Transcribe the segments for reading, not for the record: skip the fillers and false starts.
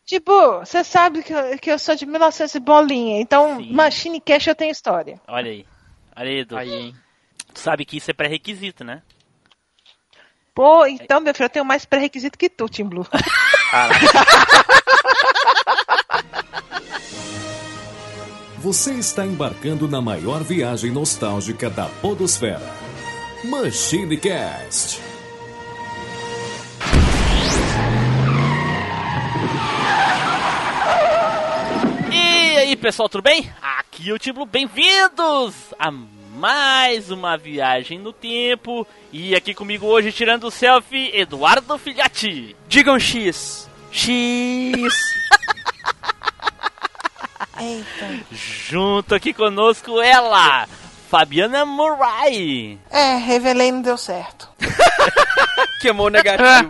Tipo, você sabe que eu sou de 1900 e bolinha, então Sim. Machine Cash eu tenho história. Olha aí. Olha aí, Edu. Aí, hein? Tu sabe que isso é pré-requisito, né? Pô, então, meu filho, eu tenho mais pré-requisito que tu, Tim Blue. Você está embarcando na maior viagem nostálgica da podosfera. MachineCast. E aí, pessoal, tudo bem? Aqui é o Tim Blue. Bem-vindos a mais uma viagem no tempo. E aqui comigo hoje, tirando o selfie, Eduardo Filhote. Digam X. X. Eita. Junto aqui conosco ela, Fabiana Murray. Revelei e não deu certo. Queimou negativo.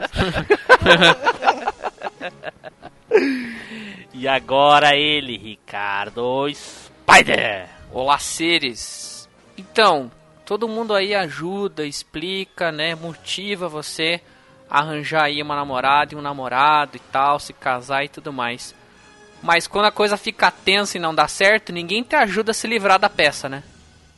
E agora ele, Ricardo Spider. Olá, seres. Então, todo mundo aí ajuda, explica, né, motiva você a arranjar aí uma namorada e um namorado e tal, se casar e tudo mais. Mas quando a coisa fica tensa e não dá certo, ninguém te ajuda a se livrar da peça, né?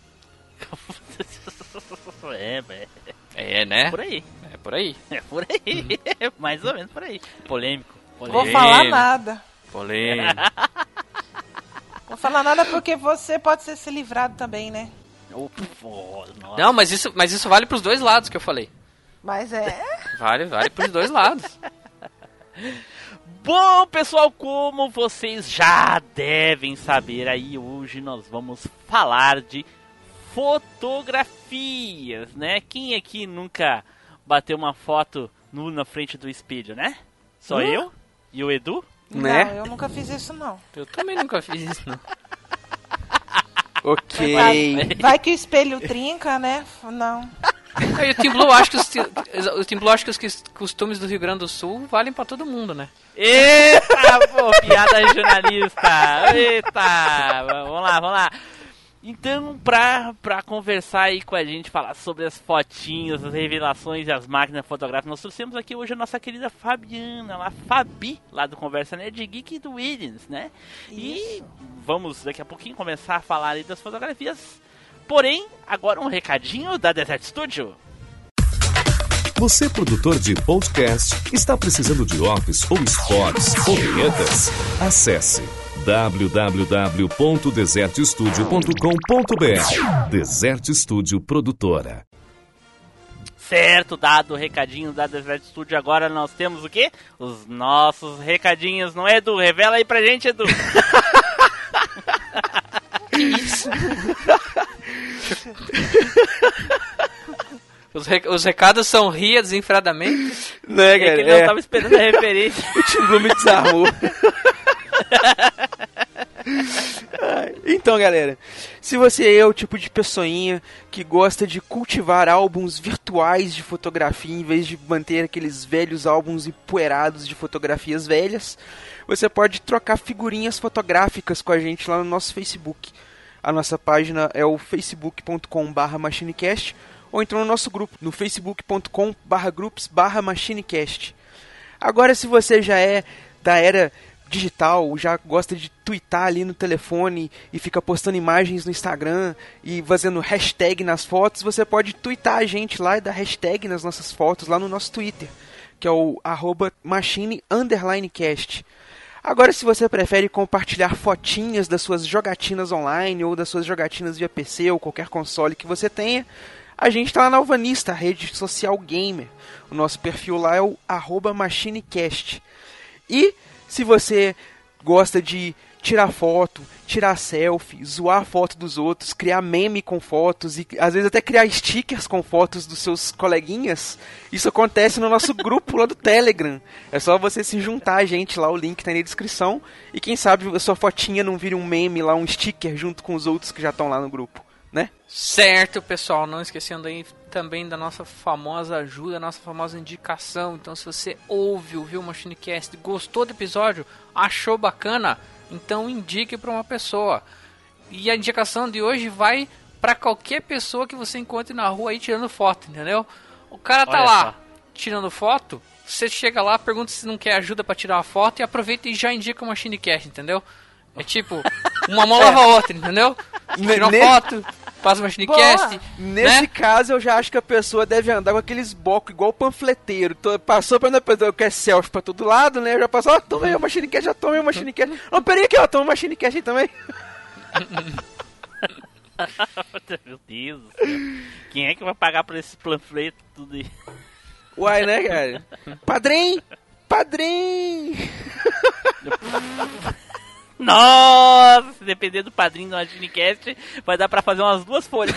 É, né? Por aí. É por aí. É por aí. Mais ou menos por aí. Polêmico. Vou falar nada. Polêmico. Vou falar nada porque você pode ser se livrado também, né? Nossa. Não, mas isso vale pros dois lados que eu falei. Mas Vale pros dois lados. Bom, pessoal, como vocês já devem saber aí, hoje nós vamos falar de fotografias, né? Quem aqui nunca bateu uma foto nu na frente do espelho, né? Só eu e o Edu? Né? Não, eu nunca fiz isso, não. Eu também nunca fiz isso, não. Ok. Vai que o espelho trinca, né? Não. E o Tim Blue acha que os costumes do Rio Grande do Sul valem pra todo mundo, né? Eita, pô, piada jornalista. Eita, vamos lá. Então, pra conversar aí com a gente, falar sobre as fotinhas, as revelações e as máquinas fotográficas, nós trouxemos aqui hoje a nossa querida Fabiana, a Fabi, lá do Conversa Nerd Geek do Williams, né? Isso. E vamos daqui a pouquinho começar a falar aí das fotografias. Porém, agora um recadinho da Desert Studio. Você, produtor de podcast, está precisando de office ou spots ou vinhetas? Acesse www.desertstudio.com.br. Desert Studio Produtora. Certo, dado o recadinho da Desert Studio, agora nós temos o quê? Os nossos recadinhos, não é, Edu? Revela aí pra gente, Edu. Que isso? Os recados são ria desenfreadamente. Né, É que cara? ele não tava esperando a referência. O Tim Blue me desarmou. Então, galera, se você é o tipo de pessoinha que gosta de cultivar álbuns virtuais de fotografia em vez de manter aqueles velhos álbuns empoeirados de fotografias velhas, você pode trocar figurinhas fotográficas com a gente lá no nosso Facebook. A nossa página é o facebook.com/machinecast ou então no nosso grupo, no facebook.com/groups/machinecast. Agora, se você já é da era digital, já gosta de twittar ali no telefone e fica postando imagens no Instagram e fazendo hashtag nas fotos, você pode twittar a gente lá e dar hashtag nas nossas fotos lá no nosso Twitter, que é o @machine_cast. Agora, se você prefere compartilhar fotinhas das suas jogatinas online ou das suas jogatinas via PC ou qualquer console que você tenha, a gente está lá na Alvanista, a rede social gamer. O nosso perfil lá é o @machinecast. E se você gosta de tirar foto, tirar selfie, zoar a foto dos outros, criar meme com fotos e às vezes até criar stickers com fotos dos seus coleguinhas, isso acontece no nosso grupo lá do Telegram. É só você se juntar a gente lá, o link tá aí na descrição, e quem sabe a sua fotinha não vira um meme lá, um sticker junto com os outros que já estão lá no grupo, né? Certo, pessoal, não esquecendo aí também da nossa famosa ajuda, nossa famosa indicação. Então, se você ouviu o MachineCast, gostou do episódio, achou bacana, então indique para uma pessoa. E a indicação de hoje vai para qualquer pessoa que você encontre na rua aí tirando foto, entendeu? O cara tá Olha lá só. tirando foto, você chega lá, pergunta se não quer ajuda pra tirar uma foto e aproveita e já indica uma MachineCast, entendeu? É tipo, uma mão lava a outra, entendeu? Tira uma foto, faz uma MachineCast. Nesse caso, eu já acho que a pessoa deve andar com aqueles blocos igual panfleteiro. Passou pra eu quero selfie pra todo lado, né? Eu já passou, ó, tomei uma MachineCast, já tomei uma MachineCast. Não, peraí aqui, ó, toma uma MachineCast aí também. Meu Deus do céu. Quem é que vai pagar por esse panfleto tudo aí? Uai, né, cara? Padrinho! Nossa, se depender do padrinho do MachineCast, vai dar pra fazer umas 2 folhas.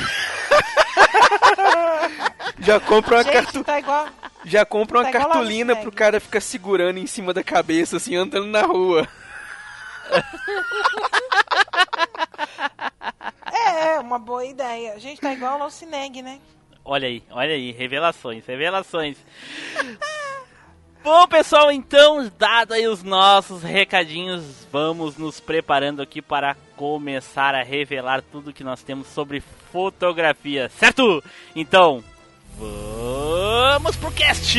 Já compra uma Gente, tá igual... Já compra uma Tá igual lá no cartolina Snag. pro cara ficar segurando em cima da cabeça, assim, andando na rua. É, uma boa ideia. Gente, tá igual ao Cineg, né? Olha aí, revelações. Bom, pessoal, então, dado aí os nossos recadinhos, vamos nos preparando aqui para começar a revelar tudo que nós temos sobre fotografia, certo? Então, vamos pro cast!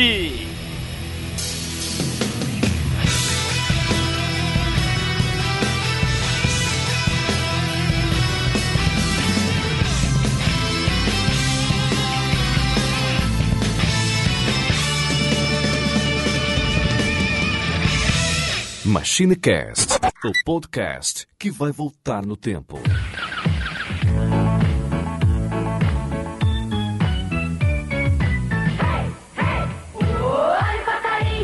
MachineCast, o podcast que vai voltar no tempo. Olha o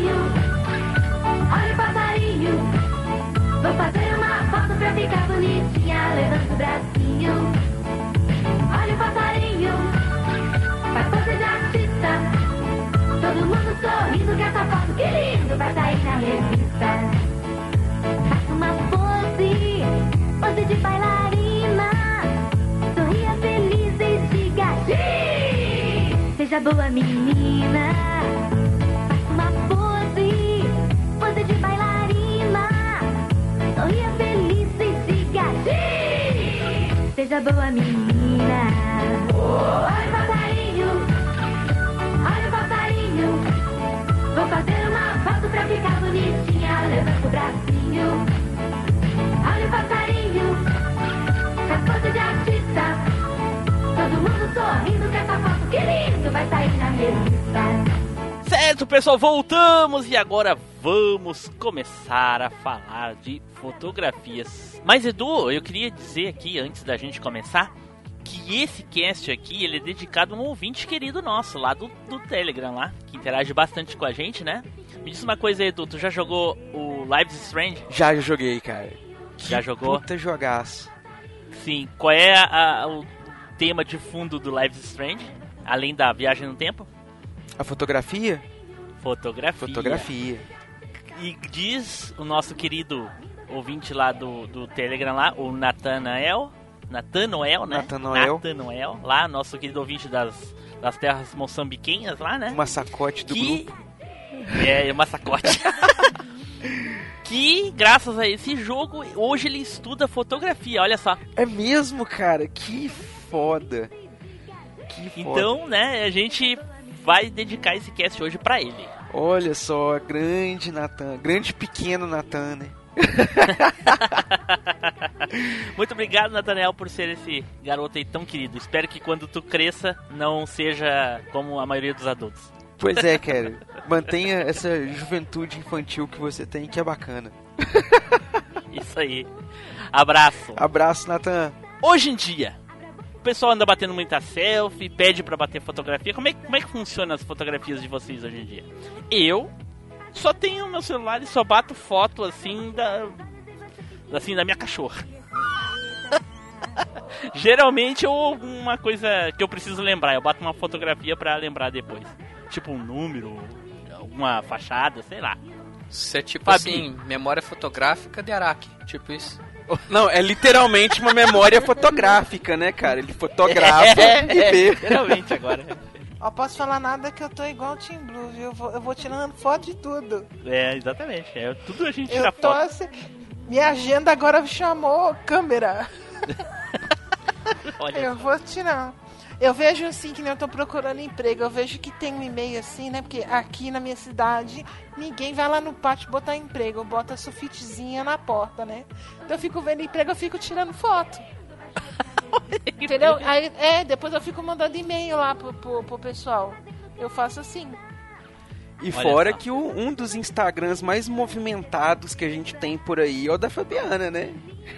passarinho, vou fazer uma foto pra ficar bonitinha, levanta o bracinho. Olha o passarinho, faz pose de artista, todo mundo sorrindo que essa foto que lindo vai sair na revista. Faça uma pose de bailarina, sorria feliz e diga sim, seja boa menina. Uma pose de bailarina, sorria feliz e diga sim, seja boa menina. Olha o passarinho, vou fazer uma foto pra ficar bonitinha, levanta o bracinho. Olha o passarinho, faz pose de artista, todo mundo sorrindo que essa foto que lindo vai sair na revista. Certo, pessoal, voltamos e agora vamos começar a falar de fotografias. Mas, Edu, eu queria dizer aqui, antes da gente começar, que esse cast aqui, ele é dedicado a um ouvinte querido nosso, lá do Telegram, lá, que interage bastante com a gente, né? Me diz uma coisa, Edu, tu já jogou o Life is Strange? Já joguei, cara. Já jogou? Puta jogaço. Sim, qual é o tema de fundo do Life is Strange? Além da viagem no tempo? A fotografia? Fotografia. E diz o nosso querido ouvinte lá do Telegram lá, o Nathanael, né? Nathanael, lá, nosso querido ouvinte das terras moçambiquenhas lá, né? O massacote do grupo. É, o massacote. Que, graças a esse jogo, hoje ele estuda fotografia, olha só. É mesmo, cara? Que foda. Então, né, a gente vai dedicar esse cast hoje pra ele. Olha só, grande Nathan, grande pequeno Nathan, né? Muito obrigado, Nathanael, por ser esse garoto aí tão querido. Espero que quando tu cresça não seja como a maioria dos adultos. Pois é, cara. Mantenha essa juventude infantil que você tem, que é bacana. Isso aí. Abraço. Abraço, Nathan. Hoje em dia, o pessoal anda batendo muita selfie, pede pra bater fotografia. Como é que funcionam as fotografias de vocês hoje em dia? Eu só tenho meu celular e só bato foto assim da minha cachorra. Geralmente uma coisa que eu preciso lembrar, eu bato uma fotografia pra lembrar depois. Tipo um número, alguma fachada, sei lá. Isso é tipo Fabinho. assim, memória fotográfica de Araque, tipo isso. Não, é literalmente uma memória fotográfica, né, cara? Ele fotografa e vê. Literalmente agora. Ó, posso falar nada que eu tô igual o Team Blue, viu? Eu vou tirando foto de tudo. É, exatamente. Tudo a gente Eu tira tô foto. assim... Minha agenda agora chamou câmera. Olha Eu só. vou tirar. Eu vejo assim, que nem eu tô procurando emprego, eu vejo que tem um e-mail assim, né? Porque aqui na minha cidade, ninguém vai lá no pátio botar emprego, bota sulfitezinha na porta, né? Então eu fico vendo emprego, eu fico tirando foto. Entendeu? Aí, depois eu fico mandando e-mail lá pro pessoal. Eu faço assim. E Olha fora só. que um dos Instagrams mais movimentados que a gente tem por aí é o da Fabiana, né?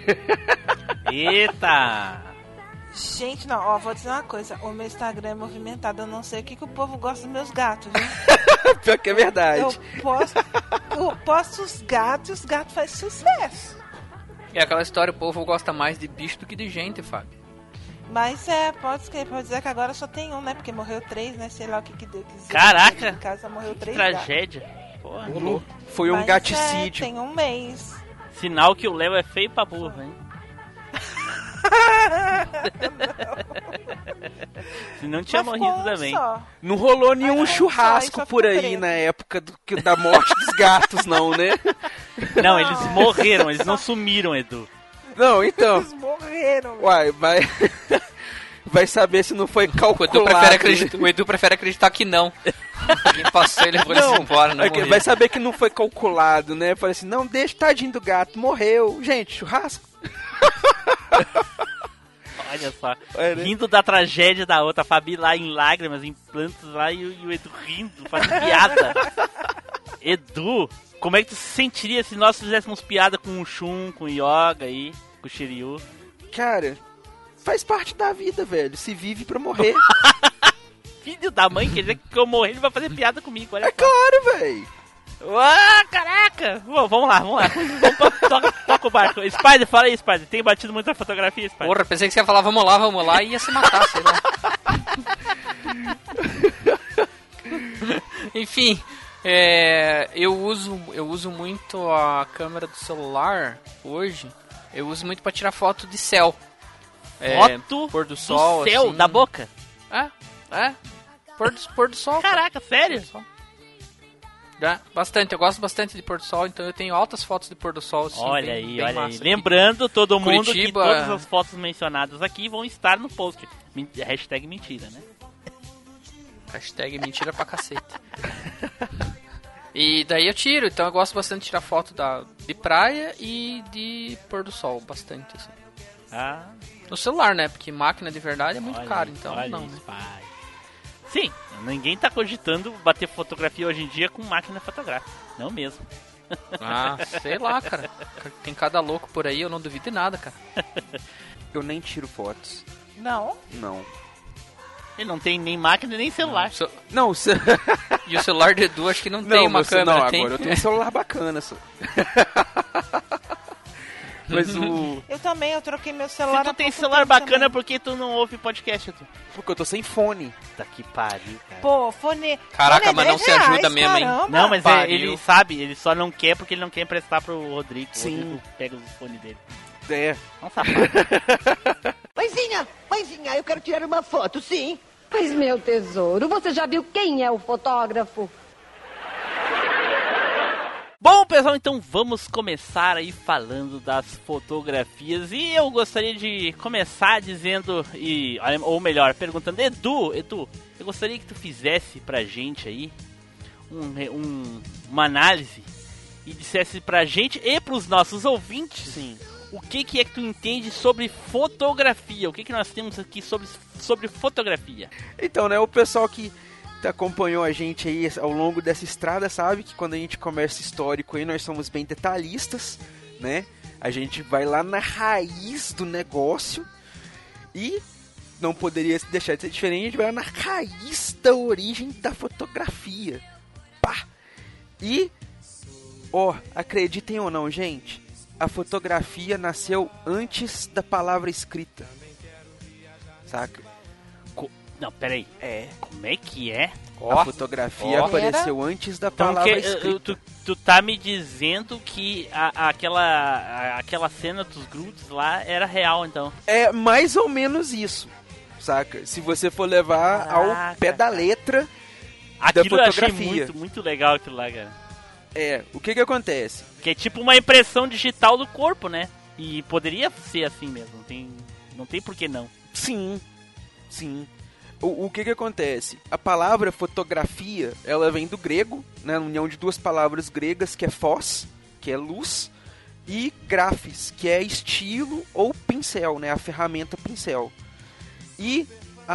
Eita! Gente, não, ó, vou dizer uma coisa. O meu Instagram é movimentado, eu não sei o que o povo gosta dos meus gatos, viu? Pior que é verdade. Eu posto os gatos fazem sucesso. É aquela história, o povo gosta mais de bicho do que de gente, Fábio. Mas pode dizer que agora só tem um, né? Porque morreu 3, né? Sei lá o que deu. Caraca! Em casa morreu 3 Tragédia. Porra. Foi um gaticídio. Tem um mês. Sinal que o Léo é feio pra burro, hein? Se não tinha Mas morrido ficou um também. só. Não rolou nenhum churrasco só por ficou aí preto. na época da morte dos gatos, não, né? Não, eles morreram, eles não sumiram, Edu. Não, então. Eles morreram. Uai, vai saber se não foi O calculado. Edu prefere acreditar que não. Alguém passou e levou eles embora, não morreu. Vai saber que não foi calculado, né? Falei assim, não, deixa, tadinho do gato, morreu. Gente, churrasco. Olha só, É, né? rindo da tragédia da outra, a Fabi lá em lágrimas, em plantas lá, e o Edu rindo, fazendo piada. Edu, como é que tu se sentiria se nós fizéssemos piada com o Shun, com o Yoga aí, com o Shiryu? Cara, faz parte da vida, velho. Se vive pra morrer. Filho da mãe, quer dizer que eu morrer, ele vai fazer piada comigo, olha É só. claro, velho. Ah, caraca! Bom, vamos lá. Toca o barco. Spider, fala aí, Spider. Tem batido muita fotografia, Spider? Porra, pensei que você ia falar vamos lá e ia se matar, sei lá. Enfim, eu uso muito a câmera do celular hoje. Eu uso muito pra tirar foto de céu. Foto pôr do sol, do céu, assim. da boca? Pôr do sol. cara. Caraca, sério? Bastante, eu gosto bastante de pôr do sol, então eu tenho altas fotos de pôr do sol. Assim, Olha bem aí, olha aí. massa. Lembrando todo mundo Curitiba- que todas as fotos mencionadas aqui vão estar no post. Hashtag mentira, né? Hashtag mentira pra cacete. E daí eu tiro, então eu gosto bastante de tirar foto de praia e de pôr do sol, bastante assim. Ah, No celular, né? Porque máquina de verdade é muito olha caro, aí, então olha não, isso, né? pai. Sim, ninguém tá cogitando bater fotografia hoje em dia com máquina fotográfica. Não mesmo. Ah, sei lá, cara. Tem cada louco por aí, eu não duvido de nada, cara. Eu nem tiro fotos. Não. Não. Ele não tem nem máquina nem celular. Não, E o celular do Edu acho que não tem uma meu câmera, não, tem? agora eu tenho um celular bacana, só. Mas Eu também, eu troquei meu Se celular. tu há tem pouco celular tempo bacana, também. por que tu não ouve podcast, tu? porque eu tô sem fone. Tá que pariu, cara. Pô, fone. Caraca, fone mas não R$10, se ajuda mesmo, hein? caramba. Não, mas pariu. ele sabe, ele só não quer porque ele não quer emprestar pro Rodrigo. O Sim. Rodrigo pega os fones dele. É. É um safado. Mãezinha, eu quero tirar uma foto, sim. Mas, meu tesouro, você já viu quem é o fotógrafo? Bom, pessoal, então vamos começar aí falando das fotografias. E eu gostaria de começar dizendo, ou melhor, perguntando, Edu, eu gostaria que tu fizesse pra gente aí uma análise e dissesse pra gente e pros nossos ouvintes, sim, o que é que tu entende sobre fotografia, o que nós temos aqui sobre fotografia. Então, né, o pessoal que acompanhou a gente aí ao longo dessa estrada sabe que quando a gente começa histórico aí, nós somos bem detalhistas, né? A gente vai lá na raiz do negócio e não poderia deixar de ser diferente, a gente vai lá na raiz da origem da fotografia. Pá! E, acreditem ou não, gente, a fotografia nasceu antes da palavra escrita. Saca? Não, peraí. Como é que é? A fotografia apareceu antes da Então, palavra escrita. tu tá me dizendo que aquela cena dos grudes lá era real, então. É mais ou menos isso, saca? Se você for levar ao pé da letra Aquilo da eu achei fotografia. muito, muito legal aquilo lá, cara. O que acontece? Que é tipo uma impressão digital do corpo, né? E poderia ser assim mesmo, não tem por que não. Sim. o que acontece? A palavra fotografia, ela vem do grego, né, união de duas palavras gregas, que é phos, que é luz, e grafes, que é estilo ou pincel, né, a ferramenta pincel. E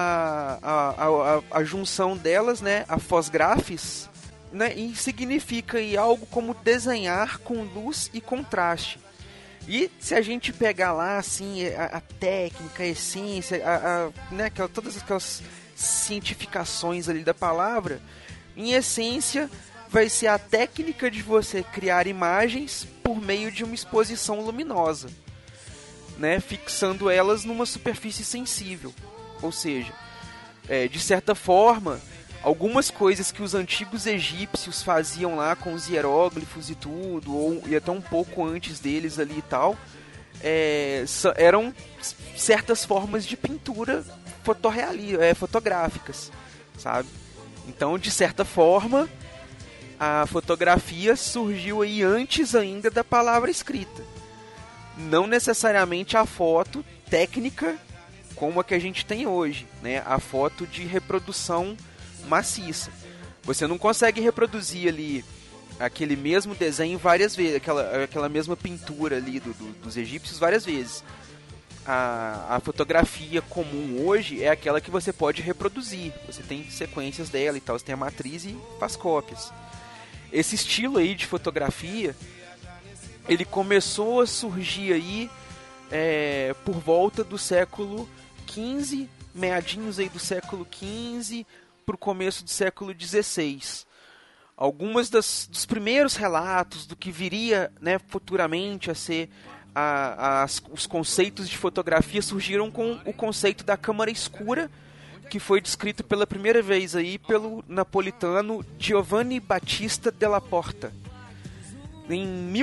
a junção delas, né, a phosgraphes, né, e significa aí algo como desenhar com luz e contraste. E se a gente pegar lá, assim, a técnica, a essência, né, todas aquelas cientificações ali da palavra, em essência, vai ser a técnica de você criar imagens por meio de uma exposição luminosa, né, fixando elas numa superfície sensível. Ou seja, de certa forma, algumas coisas que os antigos egípcios faziam lá com os hieróglifos e tudo, e até um pouco antes deles ali e tal, eram certas formas de pintura fotográficas, sabe? Então, de certa forma, a fotografia surgiu aí antes ainda da palavra escrita. Não necessariamente a foto técnica como a que a gente tem hoje, né? A foto de reprodução maciça. Você não consegue reproduzir ali aquele mesmo desenho várias vezes, aquela mesma pintura ali dos egípcios várias vezes. A fotografia comum hoje é aquela que você pode reproduzir. Você tem sequências dela e tal, você tem a matriz e faz cópias. Esse estilo aí de fotografia, ele começou a surgir aí por volta do século XV, meadinhos aí do século XV para o começo do século XVI. Algumas dos primeiros relatos do que viria, né, futuramente a ser os conceitos de fotografia surgiram com o conceito da câmara escura, que foi descrito pela primeira vez aí pelo napolitano Giovanni Battista della Porta, em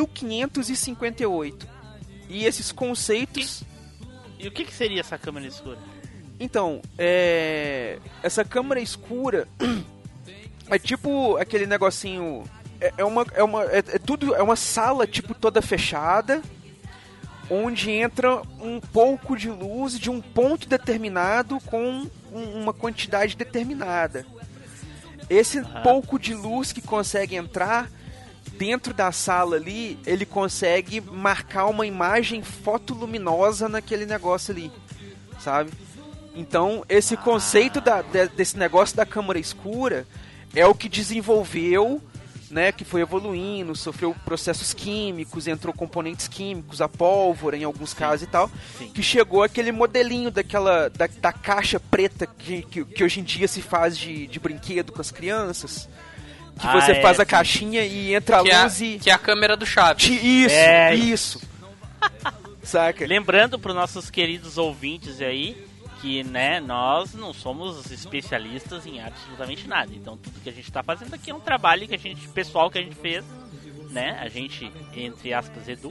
1558. E esses conceitos... E o que seria essa câmara escura? Então, essa câmara escura é tipo aquele negocinho... É uma sala tipo toda fechada, onde entra um pouco de luz de um ponto determinado com uma quantidade determinada. Esse pouco de luz que consegue entrar dentro da sala ali, ele consegue marcar uma imagem fotoluminosa naquele negócio ali, sabe? Então, esse conceito desse negócio da câmara escura é o que desenvolveu, né, que foi evoluindo, sofreu processos químicos, entrou componentes químicos, a pólvora em alguns casos e tal, que chegou aquele modelinho da caixa preta que hoje em dia se faz de brinquedo com as crianças, que você faz a caixinha e entra a luz e... Que é a câmera do Chaves. Isso. Saca? Lembrando para os nossos queridos ouvintes aí, que, né, nós não somos especialistas em absolutamente nada. Então tudo que a gente está fazendo aqui é um trabalho pessoal que a gente fez, né? A gente, entre aspas, Edu,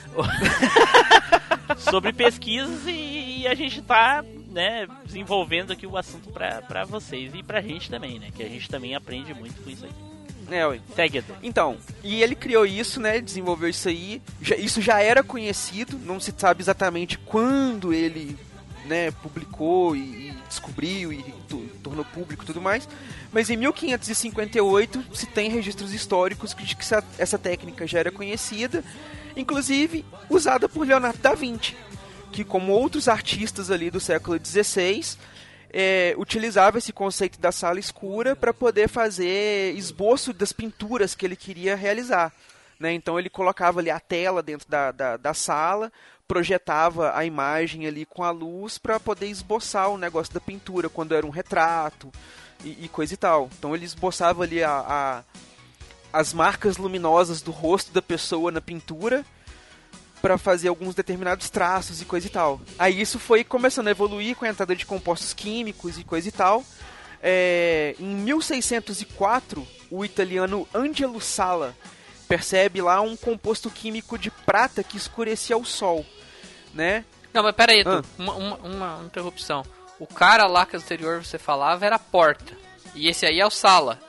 sobre pesquisas e a gente está, né, desenvolvendo aqui o assunto para vocês e pra gente também, né? Que a gente também aprende muito com isso aí. Segue, Edu. Então, e ele criou isso, né? Desenvolveu isso aí. Isso já era conhecido, não se sabe exatamente quando ele, né, publicou e descobriu e tornou público e tudo mais, mas em 1558 se tem registros históricos de que essa técnica já era conhecida, inclusive usada por Leonardo da Vinci, que, como outros artistas ali do século XVI, utilizava esse conceito da sala escura para poder fazer esboço das pinturas que ele queria realizar, né? Então ele colocava ali a tela dentro da sala, projetava a imagem ali com a luz para poder esboçar o negócio da pintura, quando era um retrato e coisa e tal. Então ele esboçava ali as marcas luminosas do rosto da pessoa na pintura para fazer alguns determinados traços e coisa e tal. Aí isso foi começando a evoluir com a entrada de compostos químicos e coisa e tal. Em 1604, o italiano Angelo Sala percebe lá um composto químico de prata que escurecia o sol, né? Não, mas pera aí, Edu, uma interrupção. O cara lá que anterior você falava era porta, e esse aí é o Sala.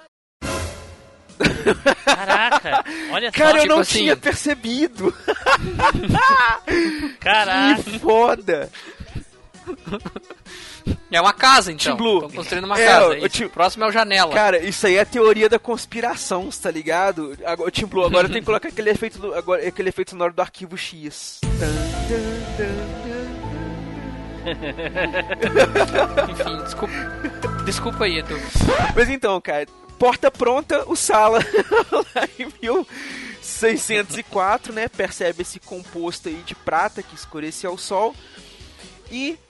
Caraca, olha só. Cara, eu tipo não assim... tinha percebido. Caraca. Que foda. É uma casa, então. Team Blue. Estão construindo uma casa. o Isso. Team- Próximo é o Janela. Cara, isso aí é a teoria da conspiração, tá ligado? Agora, o Team Blue, agora tem que colocar aquele efeito, aquele efeito sonoro do arquivo X. Enfim, desculpa aí, Edu. Mas então, cara, porta pronta, o Sala, lá em 1604, né, percebe esse composto aí de prata que escurecia ao sol e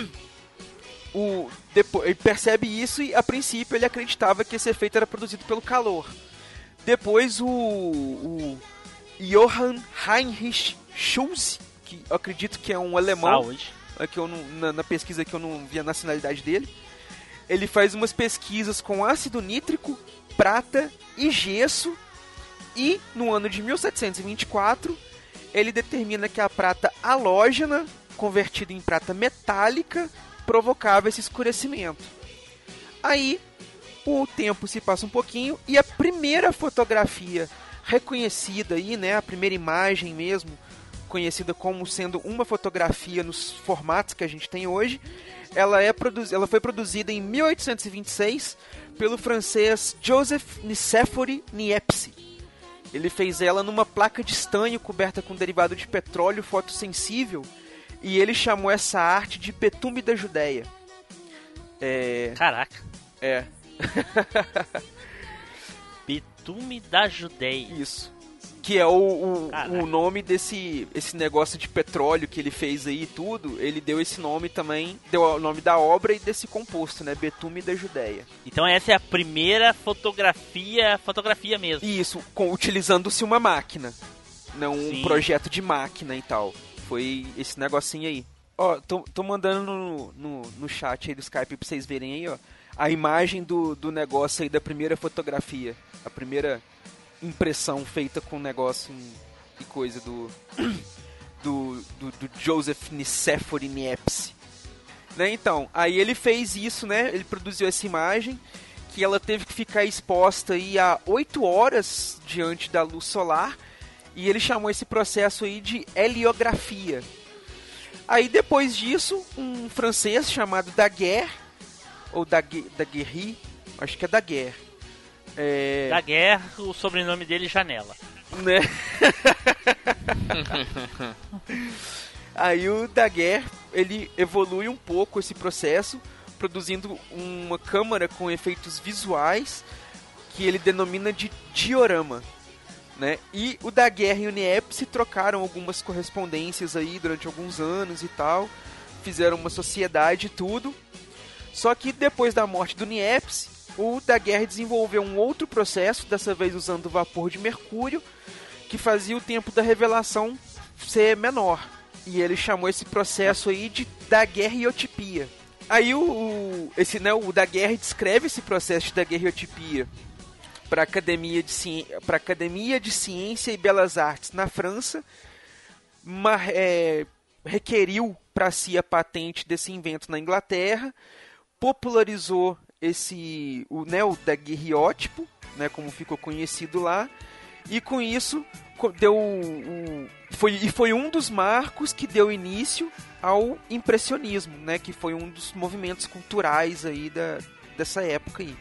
depois, ele percebe isso e a princípio ele acreditava que esse efeito era produzido pelo calor. Depois o Johann Heinrich Schulze, que eu acredito que é um alemão, Saúde. que eu na pesquisa que eu não vi a nacionalidade dele, ele faz umas pesquisas com ácido nítrico, prata e gesso, e no ano de 1724 ele determina que a prata halógena, convertida em prata metálica, provocava esse escurecimento. Aí o tempo se passa um pouquinho e a primeira fotografia reconhecida aí, né, a primeira imagem mesmo, conhecida como sendo uma fotografia nos formatos que a gente tem hoje, ela foi produzida em 1826 pelo francês Joseph Nicéphore Niepce. Ele fez ela numa placa de estanho coberta com derivado de petróleo fotossensível e ele chamou essa arte de Betume da Judéia. Caraca. É. Betume da Judéia. Isso. Que é o nome desse negócio de petróleo que ele fez aí e tudo. Ele deu esse nome também, deu o nome da obra e desse composto, né? Betume da Judéia. Então essa é a primeira fotografia mesmo. Isso, utilizando-se uma máquina. Não um Sim. projeto de máquina e tal. Foi esse negocinho aí. Ó, tô mandando no chat aí do Skype pra vocês verem aí, ó. A imagem do negócio aí da primeira fotografia. A primeira impressão feita com negócio e coisa do Joseph Nicéphore Niepce. Né, então, aí ele fez isso, né? Ele produziu essa imagem que ela teve que ficar exposta aí a 8 horas diante da luz solar e ele chamou esse processo aí de heliografia. Aí depois disso, um francês chamado Daguerre, ou Daguerre, acho que é Daguerre. Daguerre, o sobrenome dele Janela. Né? Aí o Daguerre, ele evolui um pouco esse processo, produzindo uma câmara com efeitos visuais que ele denomina de diorama, né? E o Daguerre e o Niepce trocaram algumas correspondências aí durante alguns anos e tal, fizeram uma sociedade e tudo. Só que depois da morte do Niepce, o Daguerre desenvolveu um outro processo, dessa vez usando vapor de mercúrio, que fazia o tempo da revelação ser menor. E ele chamou esse processo aí de daguerreotipia. Aí o Daguerre descreve esse processo de daguerreotipia para a Academia de Ciência e Belas Artes na França, requeriu para si a patente desse invento na Inglaterra, popularizou o daguerreótipo, né, como ficou conhecido lá, e com isso foi um dos marcos que deu início ao impressionismo, né, que foi um dos movimentos culturais aí dessa época aí.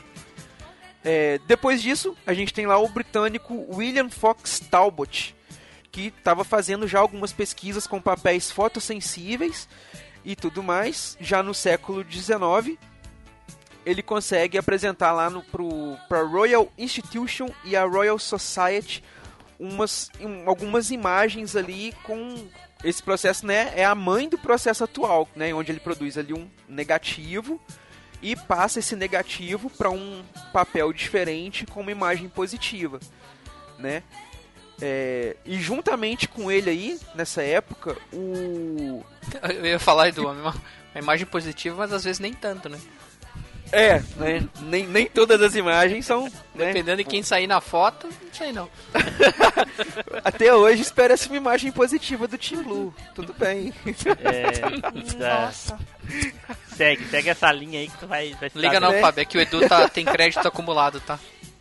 Depois disso, a gente tem lá o britânico William Fox Talbot, que estava fazendo já algumas pesquisas com papéis fotossensíveis e tudo mais. Já no século XIX, ele consegue apresentar lá para a Royal Institution e a Royal Society algumas imagens ali com esse processo, né? É a mãe do processo atual, né? Onde ele produz ali um negativo e passa esse negativo para um papel diferente com uma imagem positiva, né? E juntamente com ele aí, nessa época, Eu ia falar, Edu, uma imagem positiva, mas às vezes nem tanto, né? Né? Nem todas as imagens são... Né? Dependendo de quem sair na foto, não sei não. Até hoje espera-se uma imagem positiva do Team Blue. Tudo bem. Nossa. Segue essa linha aí que tu vai Liga não, Fábio, é que o Edu tem crédito acumulado, tá?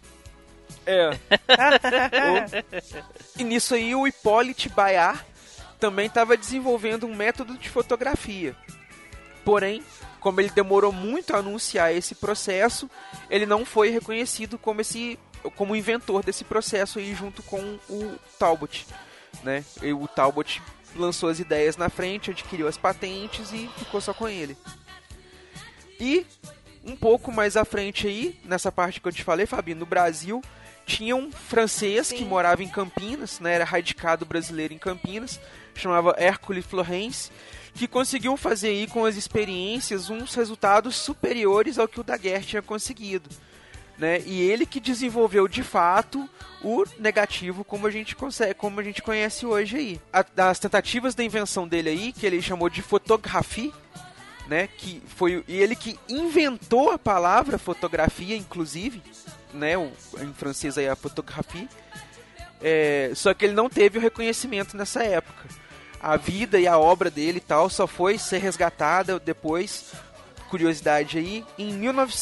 E nisso aí o Hippolyte Bayard também estava desenvolvendo um método de fotografia. Porém, como ele demorou muito a anunciar esse processo, ele não foi reconhecido como inventor desse processo aí junto com o Talbot, né? E o Talbot lançou as ideias na frente, adquiriu as patentes e ficou só com ele. E um pouco mais à frente aí, nessa parte que eu te falei, Fabi, no Brasil, tinha um francês que morava em Campinas, né? Era radicado brasileiro em Campinas, chamava Hercule Florence, que conseguiu fazer aí com as experiências uns resultados superiores ao que o Daguerre tinha conseguido, né? E ele que desenvolveu de fato o negativo como a gente conhece hoje aí. As tentativas da invenção dele aí, que ele chamou de fotografia, né? Que foi ele que inventou a palavra fotografia, inclusive, né? Em francês aí a fotografia. Só que ele não teve o reconhecimento nessa época. A vida e a obra dele e tal só foi ser resgatada depois, curiosidade aí, em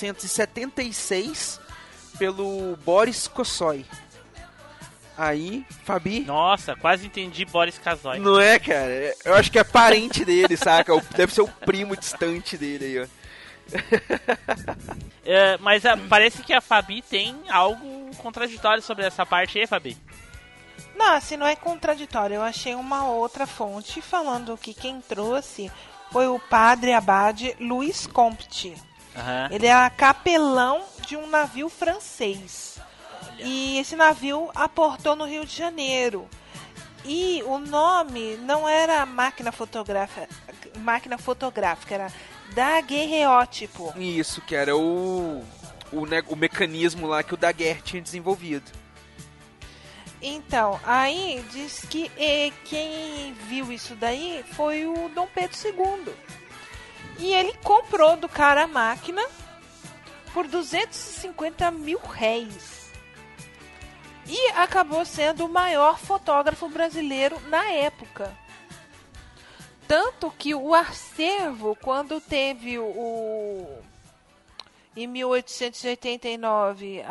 1976 pelo Boris Kossoy. Aí, Fabi... Nossa, quase entendi Boris Kazoy. Não é, cara? Eu acho que é parente dele, saca? Deve ser o primo distante dele aí, ó. Mas parece que a Fabi tem algo contraditório sobre essa parte aí, Fabi. Não, assim, não é contraditório. Eu achei uma outra fonte falando que quem trouxe foi o padre abade Louis Comte. Uhum. Ele era capelão de um navio francês. Olha. E esse navio aportou no Rio de Janeiro. E o nome não era máquina fotográfica, era daguerreótipo. Isso, que era o mecanismo lá que o Daguerre tinha desenvolvido. Então, aí diz que quem viu isso daí foi o Dom Pedro II. E ele comprou do cara a máquina por 250 mil réis. E acabou sendo o maior fotógrafo brasileiro na época. Tanto que o acervo, quando teve em 1889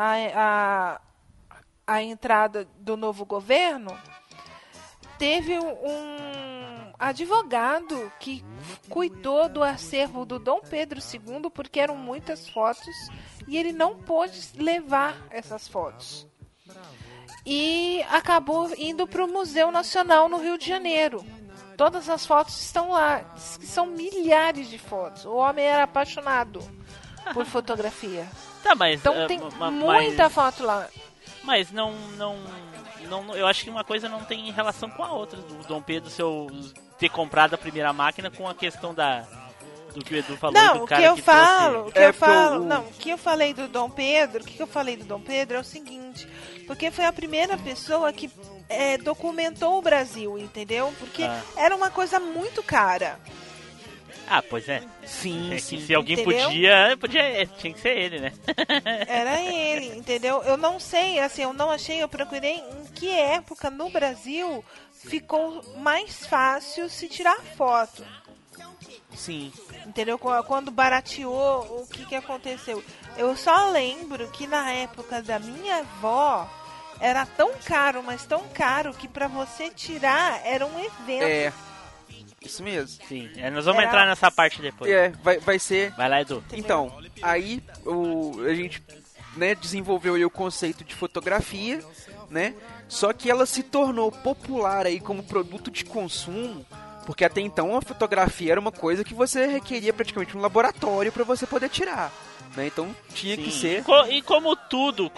a entrada do novo governo, teve um advogado que cuidou do acervo do Dom Pedro II, porque eram muitas fotos, e ele não pôde levar essas fotos. E acabou indo para o Museu Nacional no Rio de Janeiro. Todas as fotos estão lá, são milhares de fotos. O homem era apaixonado por fotografia. Tá, mas, então tem muita foto lá. Mas não, eu acho que uma coisa não tem relação com a outra. Do Dom Pedro ter comprado a primeira máquina com a questão do que o Edu falou. Não, do cara o que eu falei do Dom Pedro, é o seguinte, porque foi a primeira pessoa que documentou o Brasil, entendeu? Porque era uma coisa muito cara. Ah, pois é. Sim, sim. Se alguém podia, tinha que ser ele, né? Era ele, entendeu? Eu não sei, assim, eu procurei em que época no Brasil ficou mais fácil se tirar foto. Sim. Entendeu? Quando barateou, o que aconteceu? Eu só lembro que na época da minha avó era tão caro, mas tão caro, que pra você tirar era um evento. Isso mesmo. Sim, nós vamos entrar nessa parte depois. Vai ser... Vai lá, Edu. Então, aí a gente, né, desenvolveu aí o conceito de fotografia, né? Só que ela se tornou popular aí como produto de consumo, porque até então a fotografia era uma coisa que você requeria praticamente um laboratório para você poder tirar. Né? Então tinha que ser... E como tudo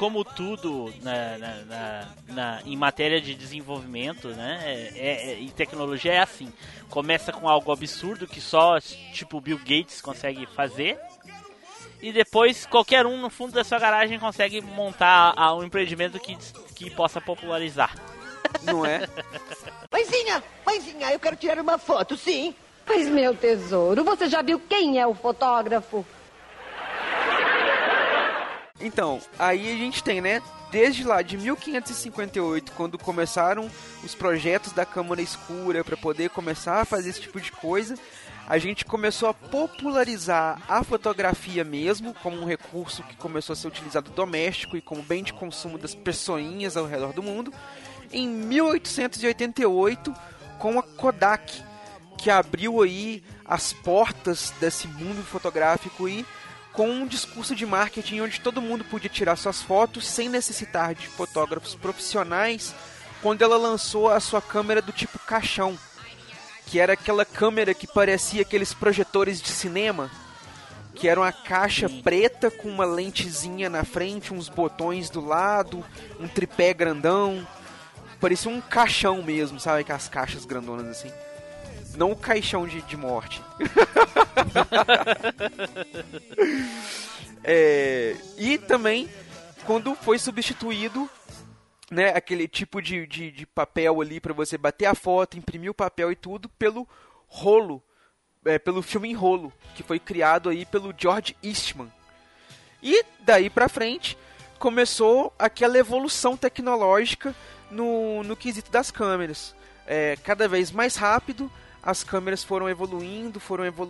em matéria de desenvolvimento, né, e tecnologia é assim. Começa com algo absurdo que só tipo Bill Gates consegue fazer, e depois qualquer um no fundo da sua garagem consegue montar um empreendimento que possa popularizar. Não é? Mãezinha, eu quero tirar uma foto, sim. Mas, meu tesouro, você já viu quem é o fotógrafo? Então, aí a gente tem, né, desde lá de 1558, quando começaram os projetos da Câmara Escura para poder começar a fazer esse tipo de coisa, a gente começou a popularizar a fotografia mesmo, como um recurso que começou a ser utilizado doméstico e como bem de consumo das pessoinhas ao redor do mundo, em 1888, com a Kodak, que abriu aí as portas desse mundo fotográfico aí, com um discurso de marketing onde todo mundo podia tirar suas fotos sem necessitar de fotógrafos profissionais, quando ela lançou a sua câmera do tipo caixão, que era aquela câmera que parecia aqueles projetores de cinema, que era uma caixa preta com uma lentezinha na frente, uns botões do lado, um tripé grandão, parecia um caixão mesmo, sabe, aquelas caixas grandonas assim. Não o caixão de morte. E também, quando foi substituído, né, aquele tipo de papel ali para você bater a foto, imprimir o papel e tudo, pelo rolo, pelo filme em rolo, que foi criado aí pelo George Eastman. E daí pra frente, começou aquela evolução tecnológica no quesito das câmeras. Cada vez mais rápido, as câmeras foram evoluindo,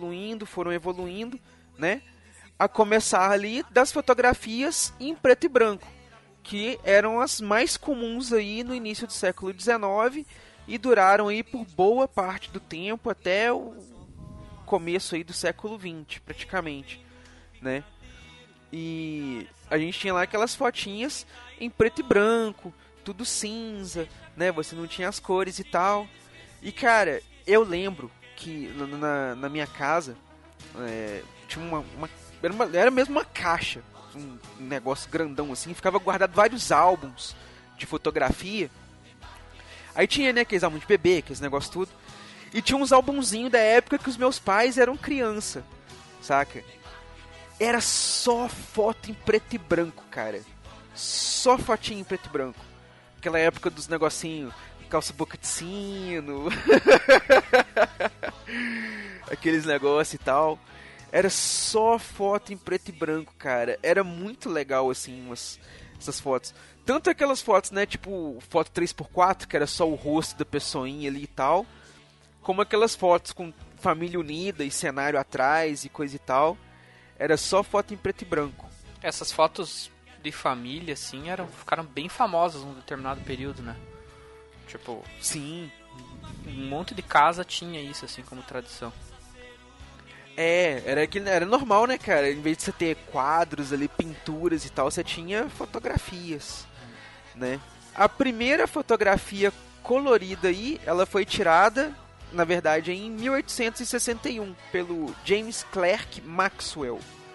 né? A começar ali das fotografias em preto e branco, que eram as mais comuns aí no início do século XIX e duraram aí por boa parte do tempo até o começo aí do século XX, praticamente, né? E a gente tinha lá aquelas fotinhas em preto e branco, tudo cinza, né? Você não tinha as cores e tal. E cara, eu lembro que na minha casa tinha era mesmo uma caixa, um negócio grandão assim, ficava guardado vários álbuns de fotografia. Aí tinha, né, aqueles álbuns de bebê, aqueles negócios tudo. E tinha uns álbumzinhos da época que os meus pais eram criança, saca? Era só foto em preto e branco, cara. Só fotinho em preto e branco. Aquela época dos negocinhos, calça boca de sino, aqueles negócios e tal. Era só foto em preto e branco, cara. Era muito legal, assim, essas fotos. Tanto aquelas fotos, né, tipo foto 3x4, que era só o rosto da pessoinha ali e tal, como aquelas fotos com família unida e cenário atrás e coisa e tal. Era só foto em preto e branco. Essas fotos de família, assim, ficaram bem famosas num determinado período, né? Tipo, sim, um monte de casa tinha isso, assim, como tradição. Era normal, né, cara? Em vez de você ter quadros ali, pinturas e tal, você tinha fotografias, né? A primeira fotografia colorida aí, ela foi tirada, na verdade, em 1861, pelo James Clerk Maxwell.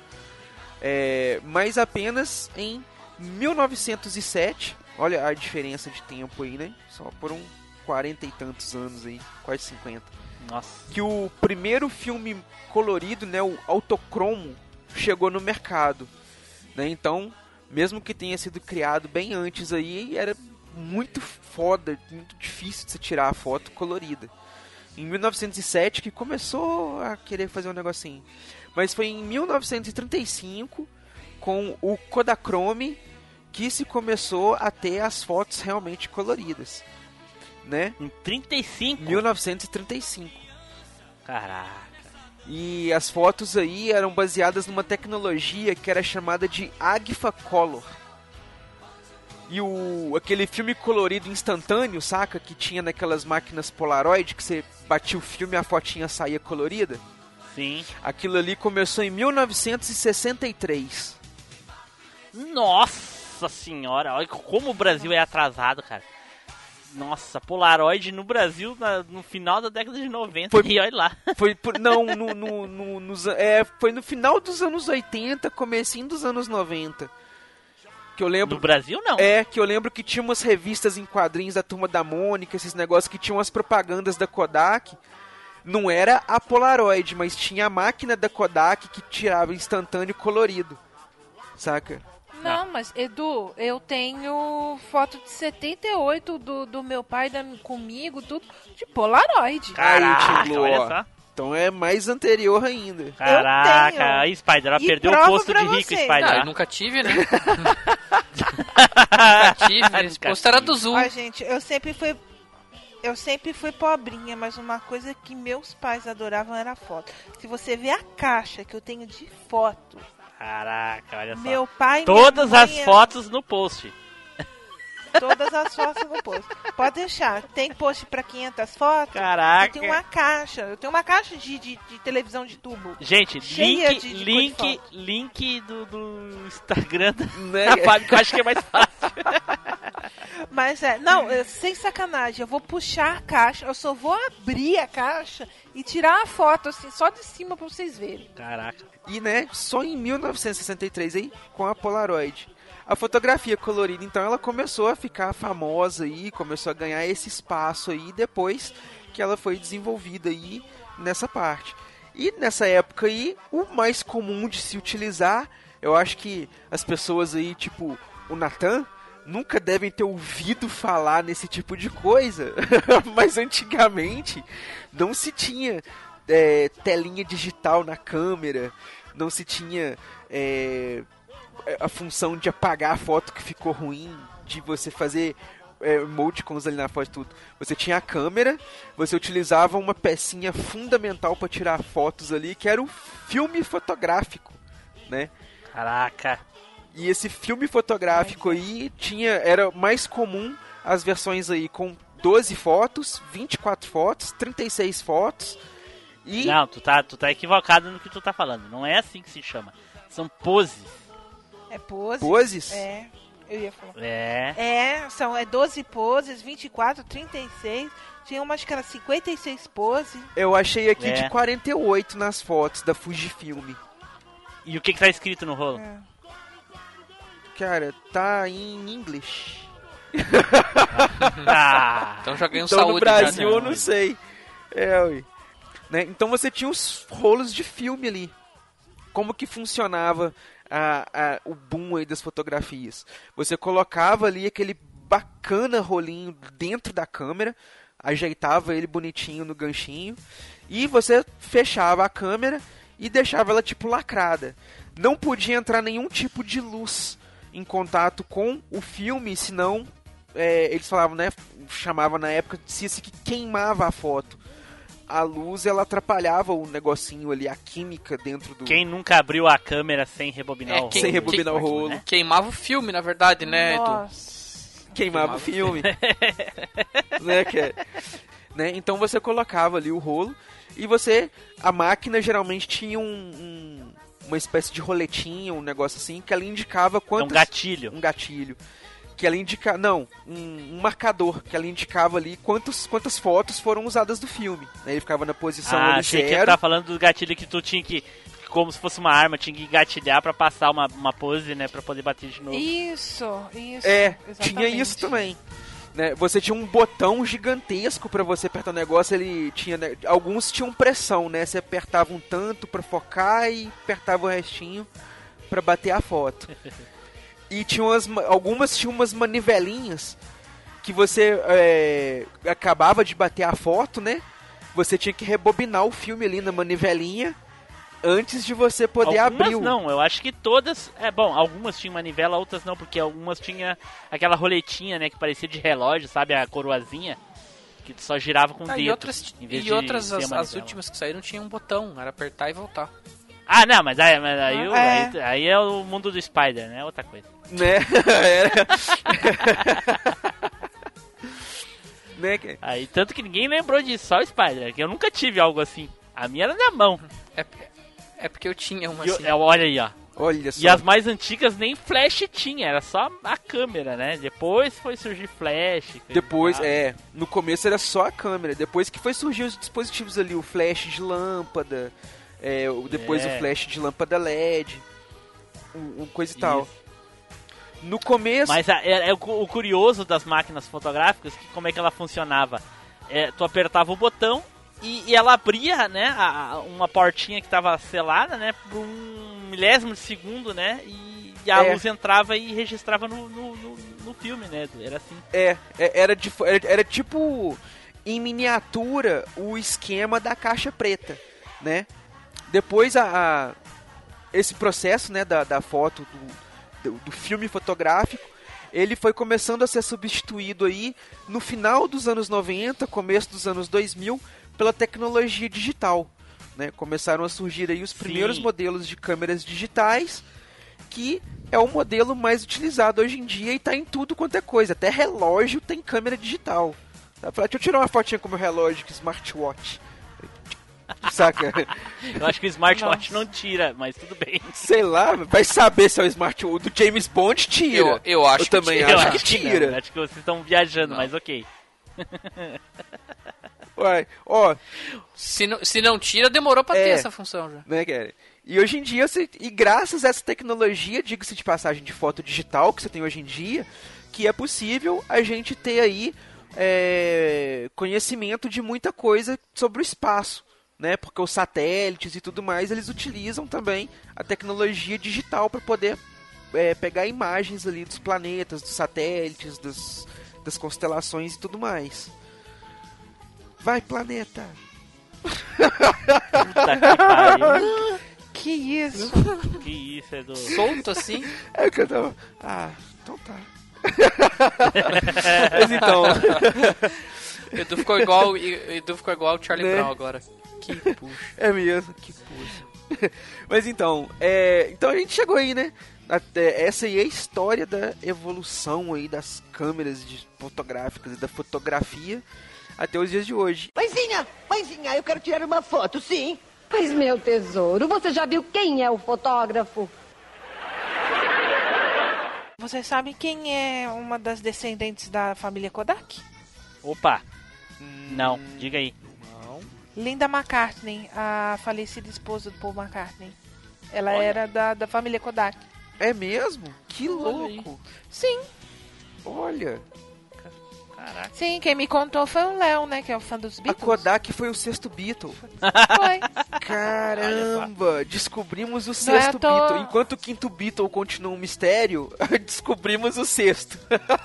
Mas apenas em 1907, olha a diferença de tempo aí, né? Só por 40 e tantos anos aí, quase 50. Nossa. Que o primeiro filme colorido, né, o autocromo, chegou no mercado, né? Então, mesmo que tenha sido criado bem antes aí, era muito foda, muito difícil de você tirar a foto colorida. Em 1907 que começou a querer fazer um negocinho. Mas foi em 1935, com o Kodachrome, que se começou a ter as fotos realmente coloridas, né? Em 35? 1935. Caraca. E as fotos aí eram baseadas numa tecnologia que era chamada de Agfa Color. E aquele filme colorido instantâneo, saca? Que tinha naquelas máquinas Polaroid, que você batia o filme e a fotinha saía colorida. Sim. Aquilo ali começou em 1963. Nossa senhora, olha como o Brasil é atrasado, cara. Nossa, Polaroid no Brasil no final da década de 90, e olha lá. Foi no final dos anos 80, comecinho dos anos 90. Que eu lembro, do Brasil, não. Que eu lembro que tinha umas revistas em quadrinhos da Turma da Mônica, esses negócios que tinham as propagandas da Kodak. Não era a Polaroid, mas tinha a máquina da Kodak que tirava instantâneo colorido. Saca? Não, mas Edu, eu tenho foto de 78 do meu pai comigo, tudo de Polaroid. Caraca, aí, olha só. Então é mais anterior ainda. Caraca, aí Spider, ela perdeu o posto de rico, Spider. Não, eu nunca tive, né? Nunca tive, esse posto era do Zul. Ai, gente, eu sempre fui pobrinha, mas uma coisa que meus pais adoravam era foto. Se você ver a caixa que eu tenho de foto... Caraca, olha só. Meu pai, todas minha as mãe, fotos no post. todas as fotos no post. Pode deixar. Tem post pra 500 fotos. Caraca. Eu tenho uma caixa. Eu tenho uma caixa de televisão de tubo. Gente, cheia link, de link, cor de foto. link do Instagram Né? da Fábio, que eu acho que é mais fácil. Mas não, sem sacanagem, eu vou puxar a caixa, eu só vou abrir a caixa e tirar a foto, assim, só de cima pra vocês verem. Caraca. E, né, só em 1963 aí, com a Polaroid. A fotografia colorida, então, ela começou a ficar famosa aí, começou a ganhar esse espaço aí, depois que ela foi desenvolvida aí nessa parte. E nessa época aí, o mais comum de se utilizar, eu acho que as pessoas aí, tipo o Nathan, nunca devem ter ouvido falar nesse tipo de coisa, mas antigamente não se tinha telinha digital na câmera, não se tinha a função de apagar a foto que ficou ruim, de você fazer emoticons ali na foto e tudo. Você tinha a câmera, você utilizava uma pecinha fundamental para tirar fotos ali, que era o filme fotográfico, né? Caraca. E esse filme fotográfico aí era mais comum as versões aí com 12 fotos, 24 fotos, 36 fotos e... Não, tu tá equivocado no que tu tá falando. Não é assim que se chama. São poses. É pose. Poses? Eu ia falar. São 12 poses, 24, 36. Tinha umas que era 56 poses. Eu achei aqui de 48 nas fotos da Fujifilm. E o que tá escrito no rolo? Cara, tá em inglês. Então já ganhou então, saúde. no Brasil já, eu não sei. Ui. Né? Então você tinha os rolos de filme ali. Como que funcionava o boom aí das fotografias? Você colocava ali aquele bacana rolinho dentro da câmera, ajeitava ele bonitinho no ganchinho e você fechava a câmera e deixava ela tipo lacrada. Não podia entrar nenhum tipo de luz em contato com o filme, senão eles falavam, né, chamava na época, dizia-se que queimava a foto. A luz, ela atrapalhava o negocinho ali, a química dentro do... Quem nunca abriu a câmera sem rebobinar o rolo? Sem rebobinar o rolo. Né? Queimava o filme, na verdade, né, Edu? Nossa. Queimava o filme. Né, né? Então você colocava ali o rolo e a máquina geralmente tinha uma espécie de roletinha, um negócio assim, que ela indicava quantas... Um gatilho. Um gatilho. Que ela indicava... Não, um marcador, que ela indicava ali quantas fotos foram usadas do filme. Né? Ele ficava na posição ali achei que 0. ele tava falando do gatilho que tu tinha que... Como se fosse uma arma, tinha que gatilhar pra passar uma pose, né? Pra poder bater de novo. Isso. Exatamente. Tinha isso também. Né? Você tinha um botão gigantesco pra você apertar o negócio, ele tinha... Né? Alguns tinham pressão, né? Você apertava um tanto pra focar e apertava o restinho pra bater a foto. E algumas tinham umas manivelinhas que você acabava de bater a foto, né? Você tinha que rebobinar o filme ali na manivelinha antes de você poder abrir o... Não, eu acho que todas... algumas tinham manivela, outras não, porque algumas tinha aquela roletinha, né, que parecia de relógio, sabe? A coroazinha, que só girava com o dedo. E outras as últimas que saíram, tinham um botão, era apertar e voltar. Ah, não, mas aí é o mundo do Spider, né? Outra coisa. Né? Né? Aí, tanto que ninguém lembrou disso, só o Spider, que eu nunca tive algo assim. A minha era na mão. É porque eu tinha uma assim. Olha aí, ó. Olha só. E as mais antigas nem flash tinha, era só a câmera, né? Depois foi surgir flash. Depois, no começo era só a câmera. Depois que foi surgir os dispositivos ali, o flash de lâmpada... depois o flash de lâmpada LED, coisa e tal. No começo... Mas o curioso das máquinas fotográficas, que como é que ela funcionava? Tu apertava o botão e ela abria, né, uma portinha que estava selada, né, por 1/1000 de segundo, né, e a luz entrava e registrava no filme, né, era assim. Era tipo, em miniatura, o esquema da caixa preta, né. Depois esse processo, né, da foto do filme fotográfico, ele foi começando a ser substituído aí no final dos anos 90, começo dos anos 2000, pela tecnologia digital, né? Começaram a surgir aí os primeiros modelos de câmeras digitais que é o modelo mais utilizado hoje em dia e tá em tudo quanto é coisa. Até relógio tem câmera digital. Deixa eu tirar uma fotinha com o meu relógio, que smartwatch. Saca? Eu acho que o smartwatch não tira, mas tudo bem. Sei lá, vai saber se é o smartwatch. O do James Bond tira. Eu acho que também tira. acho que tira. Não, acho que vocês estão viajando, mas ok. Ué, ó, Se não tira, demorou pra ter essa função já. né, cara? E hoje em dia, e graças a essa tecnologia, diga-se de passagem, de foto digital que você tem hoje em dia, que é possível a gente ter aí conhecimento de muita coisa sobre o espaço, né? Porque os satélites e tudo mais, eles utilizam também a tecnologia digital para poder pegar imagens ali dos planetas, dos satélites, das constelações e tudo mais. Vai, planeta! Puta que pariu. Que isso? Que isso, Edu. Solto assim? É que eu tava... Ah, então tá. Mas então... Edu ficou igual o Charlie Né? Brown agora. Que puxa. É mesmo, que puxa. Mas então, então a gente chegou aí, né? Essa aí é a história da evolução aí das câmeras fotográficas e da fotografia até os dias de hoje. Mãezinha, eu quero tirar uma foto, sim. Mas, meu tesouro, você já viu quem é o fotógrafo? Você sabe quem é uma das descendentes da família Kodak? Opa. Não, diga aí. Linda McCartney, a falecida esposa do Paul McCartney. Ela era da família Kodak. É mesmo? Que Olha louco! Sim, Olha, Caraca. sim, quem me contou foi o Léo, né, que é o fã dos a Beatles. Kodak foi o sexto Beatle. Foi. Caramba, descobrimos o Não é sexto à toa. Beatle. Enquanto o quinto Beatle continua um mistério, descobrimos o sexto.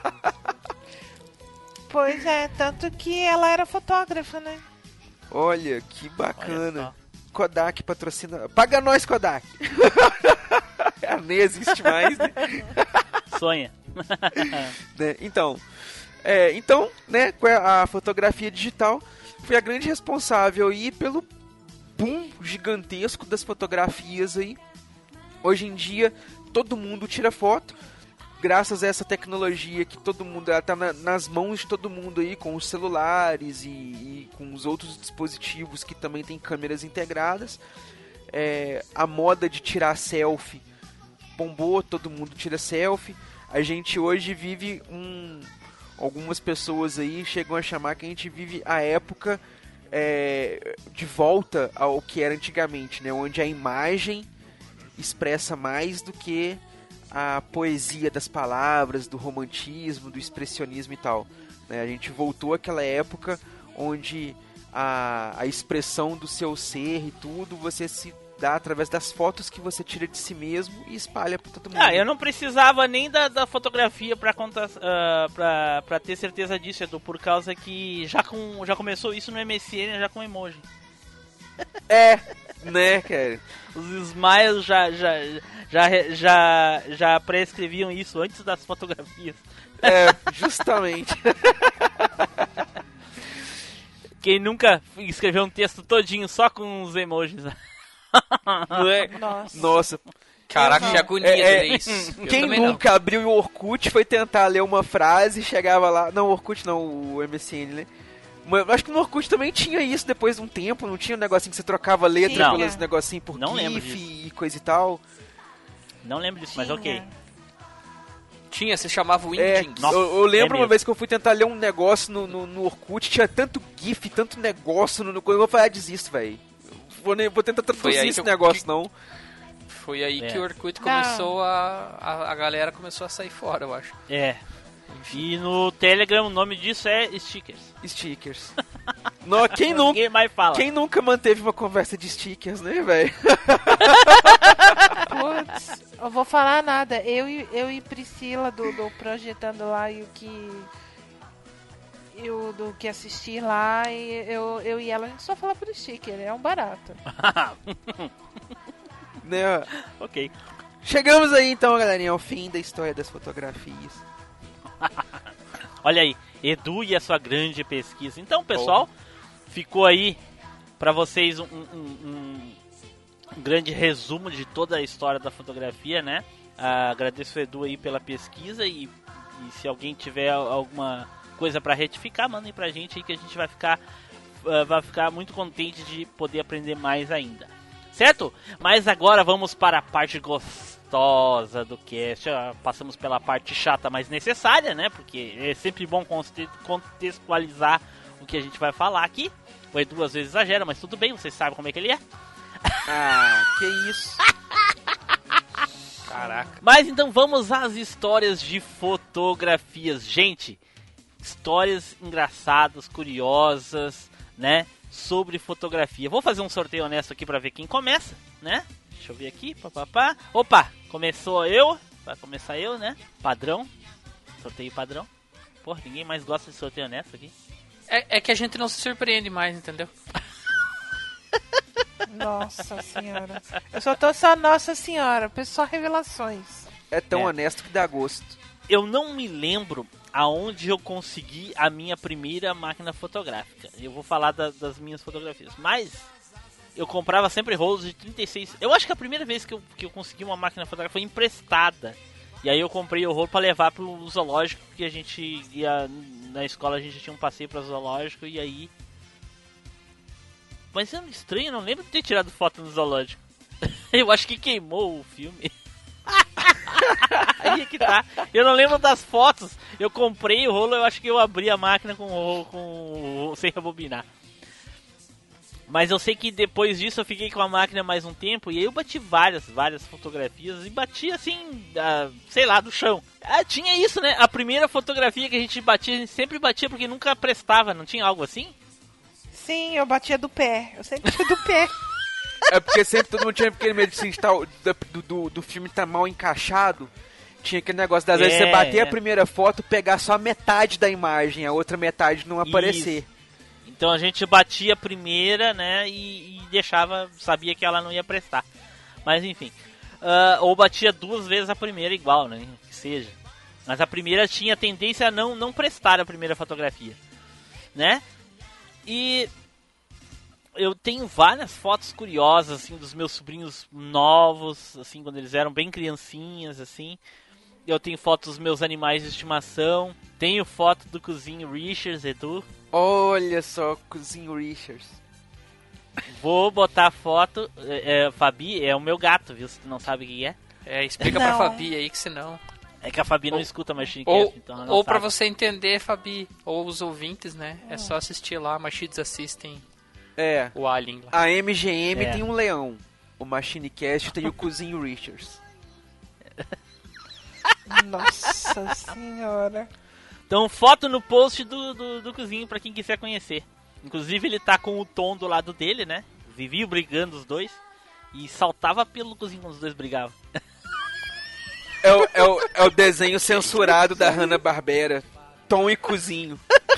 Pois é, tanto que ela era fotógrafa, né? Olha, que Olha bacana. só. Kodak patrocina. Paga nós, Kodak! Nem existe mais, né? Sonha. Né? Então, né, a fotografia digital foi a grande responsável aí pelo boom gigantesco das fotografias aí. Hoje em dia, todo mundo tira foto, graças a essa tecnologia que todo mundo, ela tá nas mãos de todo mundo aí, com os celulares e com os outros dispositivos que também tem câmeras integradas. A moda de tirar selfie bombou, todo mundo tira selfie. A gente hoje vive algumas pessoas aí chegam a chamar que a gente vive a época de volta ao que era antigamente, né? Onde a imagem expressa mais do que a poesia das palavras, do romantismo, do expressionismo e tal, né? A gente voltou àquela época onde a expressão do seu ser e tudo você se dá através das fotos que você tira de si mesmo e espalha pra todo mundo. Eu não precisava nem da fotografia pra ter certeza disso, Edu, por causa que já começou isso no MSN, já com emoji. Né, cara? Os smiles já prescreviam isso antes das fotografias. Justamente. Quem nunca escreveu um texto todinho só com os emojis? Não é? Nossa. Caraca, que agonia ver isso. Eu Quem também não. nunca abriu o Orkut foi tentar ler uma frase e chegava lá... Não, o Orkut não, o MSN, né? Mas acho que no Orkut também tinha isso depois de um tempo. Não tinha um negocinho que você trocava letra Não. pelos negocinho por Não lembro GIF disso. e coisa e tal. Não lembro disso, mas ok. Tinha, você chamava o Indins. Nossa, Eu lembro uma mesmo. vez que eu fui tentar ler um negócio no Orkut, tinha tanto GIF, tanto negócio no... Eu falei, desisto, velho. Vou tentar Foi traduzir aí esse que eu- negócio, não. Foi aí que o Orkut Não. começou a galera começou a sair fora, eu acho. E no Telegram o nome disso é stickers. Stickers. Não, Ninguém mais fala. Quem nunca manteve uma conversa de stickers, né, velho? Putz, eu vou falar nada. Eu e Priscila do Projetando lá e o que... Eu do que assistir lá, e eu e ela, a gente só fala por sticker, é um barato. Né? Ok. Chegamos aí então, galerinha, ao fim da história das fotografias. Olha aí, Edu e a sua grande pesquisa. Então, pessoal, ficou aí pra vocês um grande resumo de toda a história da fotografia, né? Agradeço o Edu aí pela pesquisa e se alguém tiver alguma coisa pra retificar, mandem pra gente aí que a gente vai ficar muito contente de poder aprender mais ainda. Certo? Mas agora vamos para a parte gostosa do cast. Passamos pela parte chata, mas necessária, né? Porque é sempre bom contextualizar o que a gente vai falar aqui. O Edu às vezes exagera, mas tudo bem, vocês sabem como é que ele é. Que isso. Caraca. Mas então vamos às histórias de fotografias. Gente, histórias engraçadas, curiosas, né? Sobre fotografia. Vou fazer um sorteio honesto aqui pra ver quem começa, né? Deixa eu ver aqui, papapá. Opa, começou eu. Vai começar eu, né? Padrão. Sorteio padrão. Porra, ninguém mais gosta de sorteio honesto aqui. É que a gente não se surpreende mais, entendeu? Nossa senhora. Eu só tô só Nossa Senhora, só revelações. É tão É. honesto que dá gosto. Eu não me lembro aonde eu consegui a minha primeira máquina fotográfica. Eu vou falar das minhas fotografias. Mas eu comprava sempre rolos de 36. Eu acho que a primeira vez que eu consegui uma máquina fotográfica foi emprestada. E aí eu comprei o rolo pra levar pro zoológico, porque a gente ia na escola, a gente tinha um passeio pra zoológico e aí... Mas é estranho, eu não lembro de ter tirado foto no zoológico. Eu acho que queimou o filme. Aí é que tá. Eu não lembro das fotos. Eu comprei o rolo, eu acho que eu abri a máquina sem rebobinar. Mas eu sei que depois disso eu fiquei com a máquina mais um tempo e aí eu bati várias fotografias e bati assim, sei lá, do chão. Tinha isso, né? A primeira fotografia que a gente batia, a gente sempre batia porque nunca prestava, não tinha algo assim? Sim, eu batia do pé. Eu sempre tinha do pé. É porque sempre todo mundo tinha aquele medo de do filme tá mal encaixado. Tinha aquele negócio das vezes você bater a primeira foto, pegar só a metade da imagem, a outra metade não aparecer. Isso. Então a gente batia a primeira, né, e deixava, sabia que ela não ia prestar. Mas enfim, ou batia 2 vezes a primeira igual, né, que seja. Mas a primeira tinha tendência a não prestar a primeira fotografia, né? E eu tenho várias fotos curiosas, assim, dos meus sobrinhos novos, assim, quando eles eram bem criancinhas, assim. Eu tenho fotos dos meus animais de estimação. Tenho foto do cozinho Richards, Edu. Olha só, cozinho Richards. Vou botar a foto. Fabi, é o meu gato, viu? Se tu não sabe o que é. Explica Não. pra Fabi aí que senão... É que a Fabi não escuta Machinecast, então ela não Ou pra sabe. você entender, Fabi, ou os ouvintes, né? É só assistir lá, Machitos assistem o Alien lá. A MGM É. tem um leão. O Machinecast tem o cozinho Richards. Nossa senhora. Então, foto no post do cozinho pra quem quiser conhecer. Inclusive, ele tá com o tom do lado dele, né? Vivia brigando os dois. E saltava pelo cozinho quando os dois brigavam. É o desenho censurado da Hanna-Barbera. Tom e cozinho.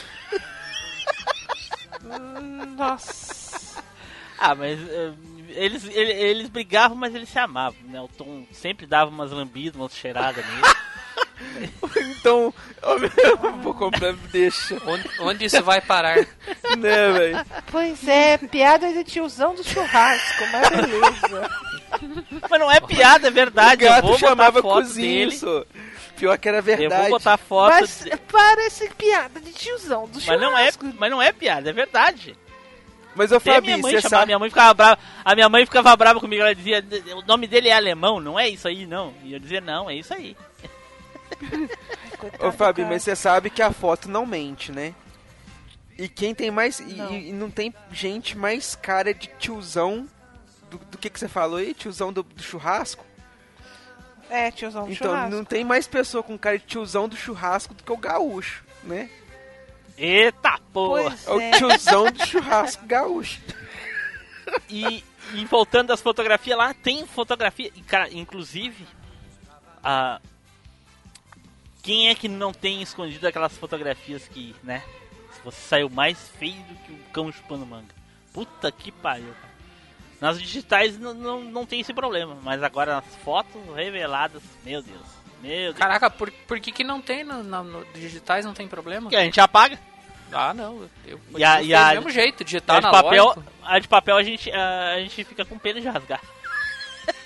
Nossa. Mas eles brigavam, mas eles se amavam, né? O Tom sempre dava umas lambidas, umas cheiradas nele. Então, eu vou comprar, deixa. Onde isso vai parar? Né, velho? Pois é, piada de tiozão do churrasco, mas beleza. Mas não é piada, é O verdade. Eu gato vou chamava botar foto cozinho, dele. só. Pior que era Eu verdade. vou botar foto. Mas parece piada de tiozão do churrasco. Mas não é piada, é verdade. Mas, ô Até a Fabi, minha mãe você chamava, sabe... minha mãe ficava brava. A minha mãe ficava brava comigo, ela dizia, o nome dele é alemão, não é isso aí, não. E eu dizia, não, é isso aí. Ô Fabi, mas você sabe que a foto não mente, né? E quem tem mais... E não tem gente mais cara de tiozão do que você falou aí? Tiozão do churrasco? É, tiozão do Então, churrasco. não tem mais pessoa com cara de tiozão do churrasco do que o gaúcho, né? Eita porra! Pois É o é. tiozão do churrasco gaúcho. E voltando às fotografias lá, tem fotografia. E, cara, inclusive, quem é que não tem escondido aquelas fotografias que, né? Você saiu mais feio do que o cão chupando manga. Puta que pariu, cara. Nas digitais não tem esse problema, mas agora nas fotos reveladas, meu Deus. Meu Deus. Caraca, por que não tem no digitais, não tem problema? Que a gente apaga. Ah, não. Eu E a- do e a- mesmo jeito, digital A de papel, analógico. a de papel a gente fica com pena de rasgar.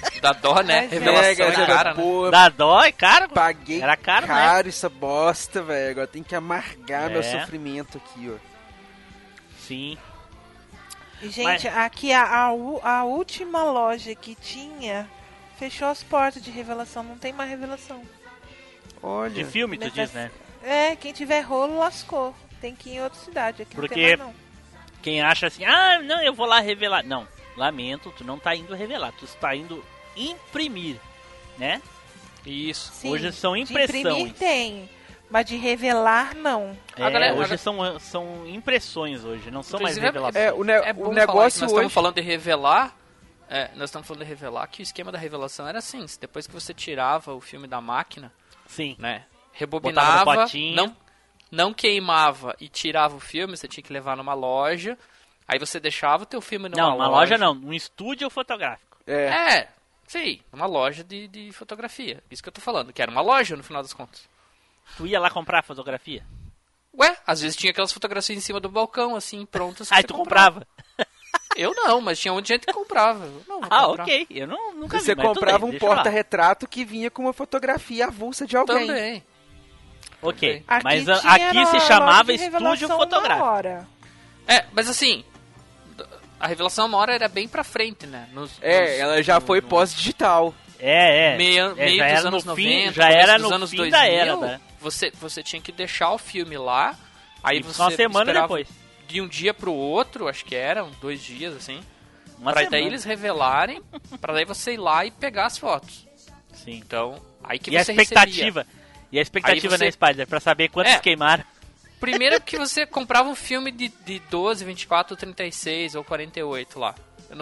Dá dó, né? Mas Revelação é cara, né? pô, Dá dó, é caro? paguei Era caro, né? caro essa bosta, velho. Agora tem que amargar meu É. sofrimento aqui, ó. Sim. E, gente, aqui a última loja que tinha fechou as portas de revelação. Não tem mais revelação. Olha. De filme, tu diz, né? É, quem tiver rolo lascou. Tem que ir em outra cidade. Aqui não Porque- tem mais, não. Quem acha assim, ah, não, eu vou lá revelar. Não, lamento, tu não tá indo revelar, tu está indo imprimir, né? Isso. Sim, Hoje são de impressões. imprimir tem, mas de revelar não. É, galera- hoje são impressões hoje, não são mais Inclusive, revelações. É, o É bom o falar negócio que nós hoje... estamos falando de revelar. Nós estamos falando de revelar que o esquema da revelação era assim: depois que você tirava o filme da máquina, Sim. né? Botava no Rebobinava, potinho. não queimava e tirava o filme, você tinha que levar numa loja. Aí você deixava o teu filme numa Não, uma loja não, um estúdio fotográfico. Sim, uma loja de fotografia. Isso que eu tô falando, que era uma loja no final das contas. Tu ia lá comprar fotografia? Ué, às vezes tinha aquelas fotografias em cima do balcão, assim, prontas. que Aí você tu comprava. Eu não, mas tinha muita gente que comprava. Eu não vou Ah, comprar. ok. Eu nunca Você vi, mas tudo comprava bem, um deixa lá. porta-retrato que vinha com uma fotografia avulsa de alguém. Também. Ok, Aqui mas tinha aqui se a chamava loja de estúdio revelação fotográfico. na hora. Mas assim, a revelação uma hora era bem pra frente, né? Ela já foi pós-digital. Meio já dos era anos no fim, 90, já começo era dos no anos fim 2000, da era, né? Você tinha que deixar o filme lá, aí E você uma semana esperava depois. de um dia pro outro, acho que eram 2 dias, assim, Uma pra semana. daí eles revelarem, pra daí você ir lá e pegar as fotos. Sim. Então, aí que E a você expectativa? recebia. E a expectativa, Aí você- né, Spider? Pra saber quantos É. queimaram. Primeiro que você comprava um filme de 12, 24, 36 ou 48 lá.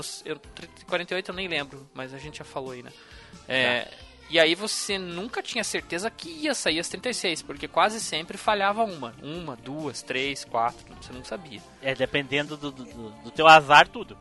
48 eu nem lembro, mas a gente já falou aí, né? E aí você nunca tinha certeza que ia sair as 36, porque quase sempre falhava uma, 2, 3, 4, você não sabia. Dependendo do teu azar, tudo.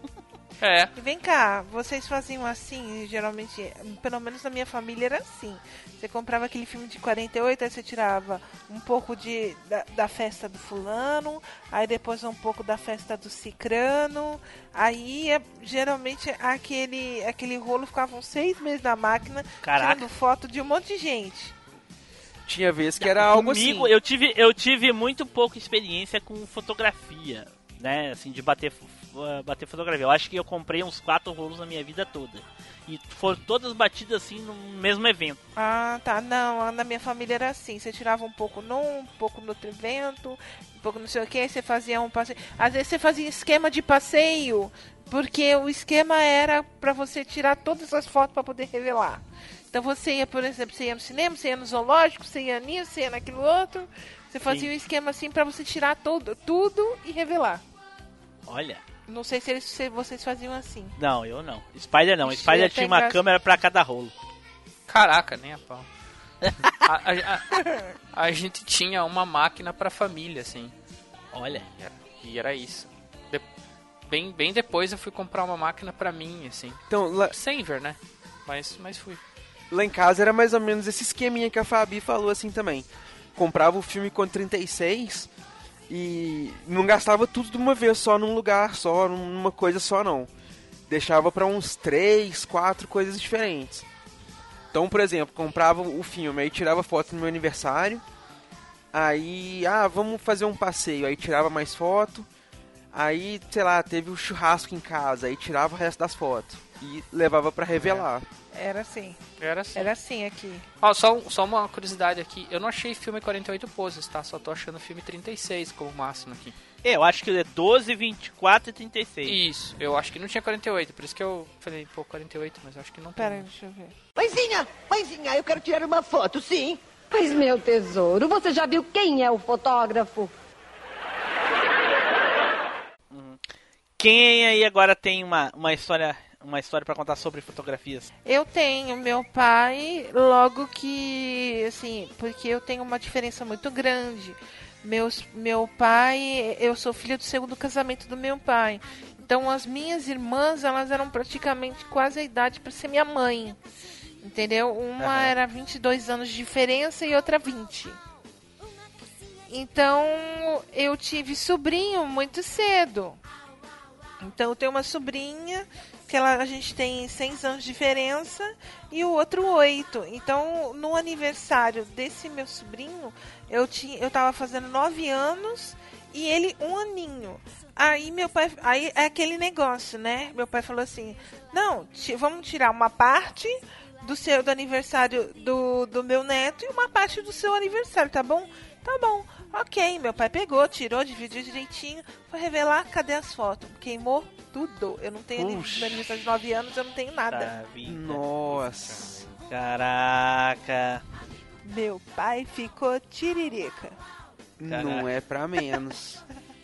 E vem cá, vocês faziam assim, geralmente, pelo menos na minha família era assim. Você comprava aquele filme de 48, aí você tirava um pouco da festa do fulano, aí depois um pouco da festa do cicrano, aí geralmente aquele rolo ficava uns 6 meses na máquina, Caraca. tirando foto de um monte de gente. Tinha vezes que era algo Comigo, assim. eu tive muito pouca experiência com fotografia, né? Assim, de bater fotografia. Eu acho que eu comprei uns 4 rolos na minha vida toda. E foram todas batidas assim no mesmo evento. Ah, tá. Não, na minha família era assim. Você tirava um pouco num, um pouco no outro evento, um pouco não sei o que, aí você fazia um passeio. Às vezes você fazia esquema de passeio, porque o esquema era pra você tirar todas as fotos pra poder revelar. Então você ia, por exemplo, você ia no cinema, você ia no zoológico, você ia nisso, você ia naquilo outro. Você fazia um esquema assim pra você tirar tudo e revelar. Olha. Não sei se vocês faziam assim. Não, eu não. Spider não. Ixi, Spider ia tinha uma pegar- câmera pra cada rolo. Caraca, nem a pau. A gente tinha uma máquina pra família, assim. Olha. E era isso. Bem depois eu fui comprar uma máquina pra mim, assim. Então, Sem ver, né? Mas fui. lá em casa era mais ou menos esse esqueminha que a Fabi falou assim também. Comprava o filme com 36 e não gastava tudo de uma vez só num lugar só, numa coisa só não. Deixava pra uns 3, 4 coisas diferentes. Então, por exemplo, comprava o filme, aí tirava foto no meu aniversário. Aí, vamos fazer um passeio, aí tirava mais foto. Aí, sei lá, teve o churrasco em casa, aí tirava o resto das fotos e levava pra revelar. Era assim. Era assim. Era assim aqui. Ó, só uma curiosidade aqui. Eu não achei filme 48 poses, tá? Só tô achando filme 36 como máximo aqui. Eu acho que é 12, 24 e 36. Isso, eu acho que não tinha 48, por isso que eu falei, 48, mas eu acho que não tem. Pera aí, deixa eu ver. Mãezinha, eu quero tirar uma foto, sim. Mas, meu tesouro, você já viu quem é o fotógrafo? Quem aí agora tem uma história para contar sobre fotografias? Eu tenho meu pai, logo que, assim, porque eu tenho uma diferença muito grande. Meu pai, eu sou filha do segundo casamento do meu pai. Então as minhas irmãs, elas eram praticamente quase a idade para ser minha mãe. Entendeu? Uma era 22 anos de diferença e outra 20. Então eu tive sobrinho muito cedo. Então eu tenho uma sobrinha, que a gente tem 6 anos de diferença, e o outro 8. Então, no aniversário desse meu sobrinho, eu tava fazendo 9 anos e ele 1 aninho. Aí meu pai, aí é aquele negócio, né? Meu pai falou assim: não, vamos tirar uma parte do aniversário do meu neto e uma parte do seu aniversário, tá bom? Tá bom. Ok, meu pai pegou, tirou, dividiu direitinho, foi revelar, cadê as fotos? Queimou tudo. Eu não tenho meu aniversário de 9 anos, eu não tenho nada. Nossa. Caraca. Meu pai ficou tiririca. Não é pra menos.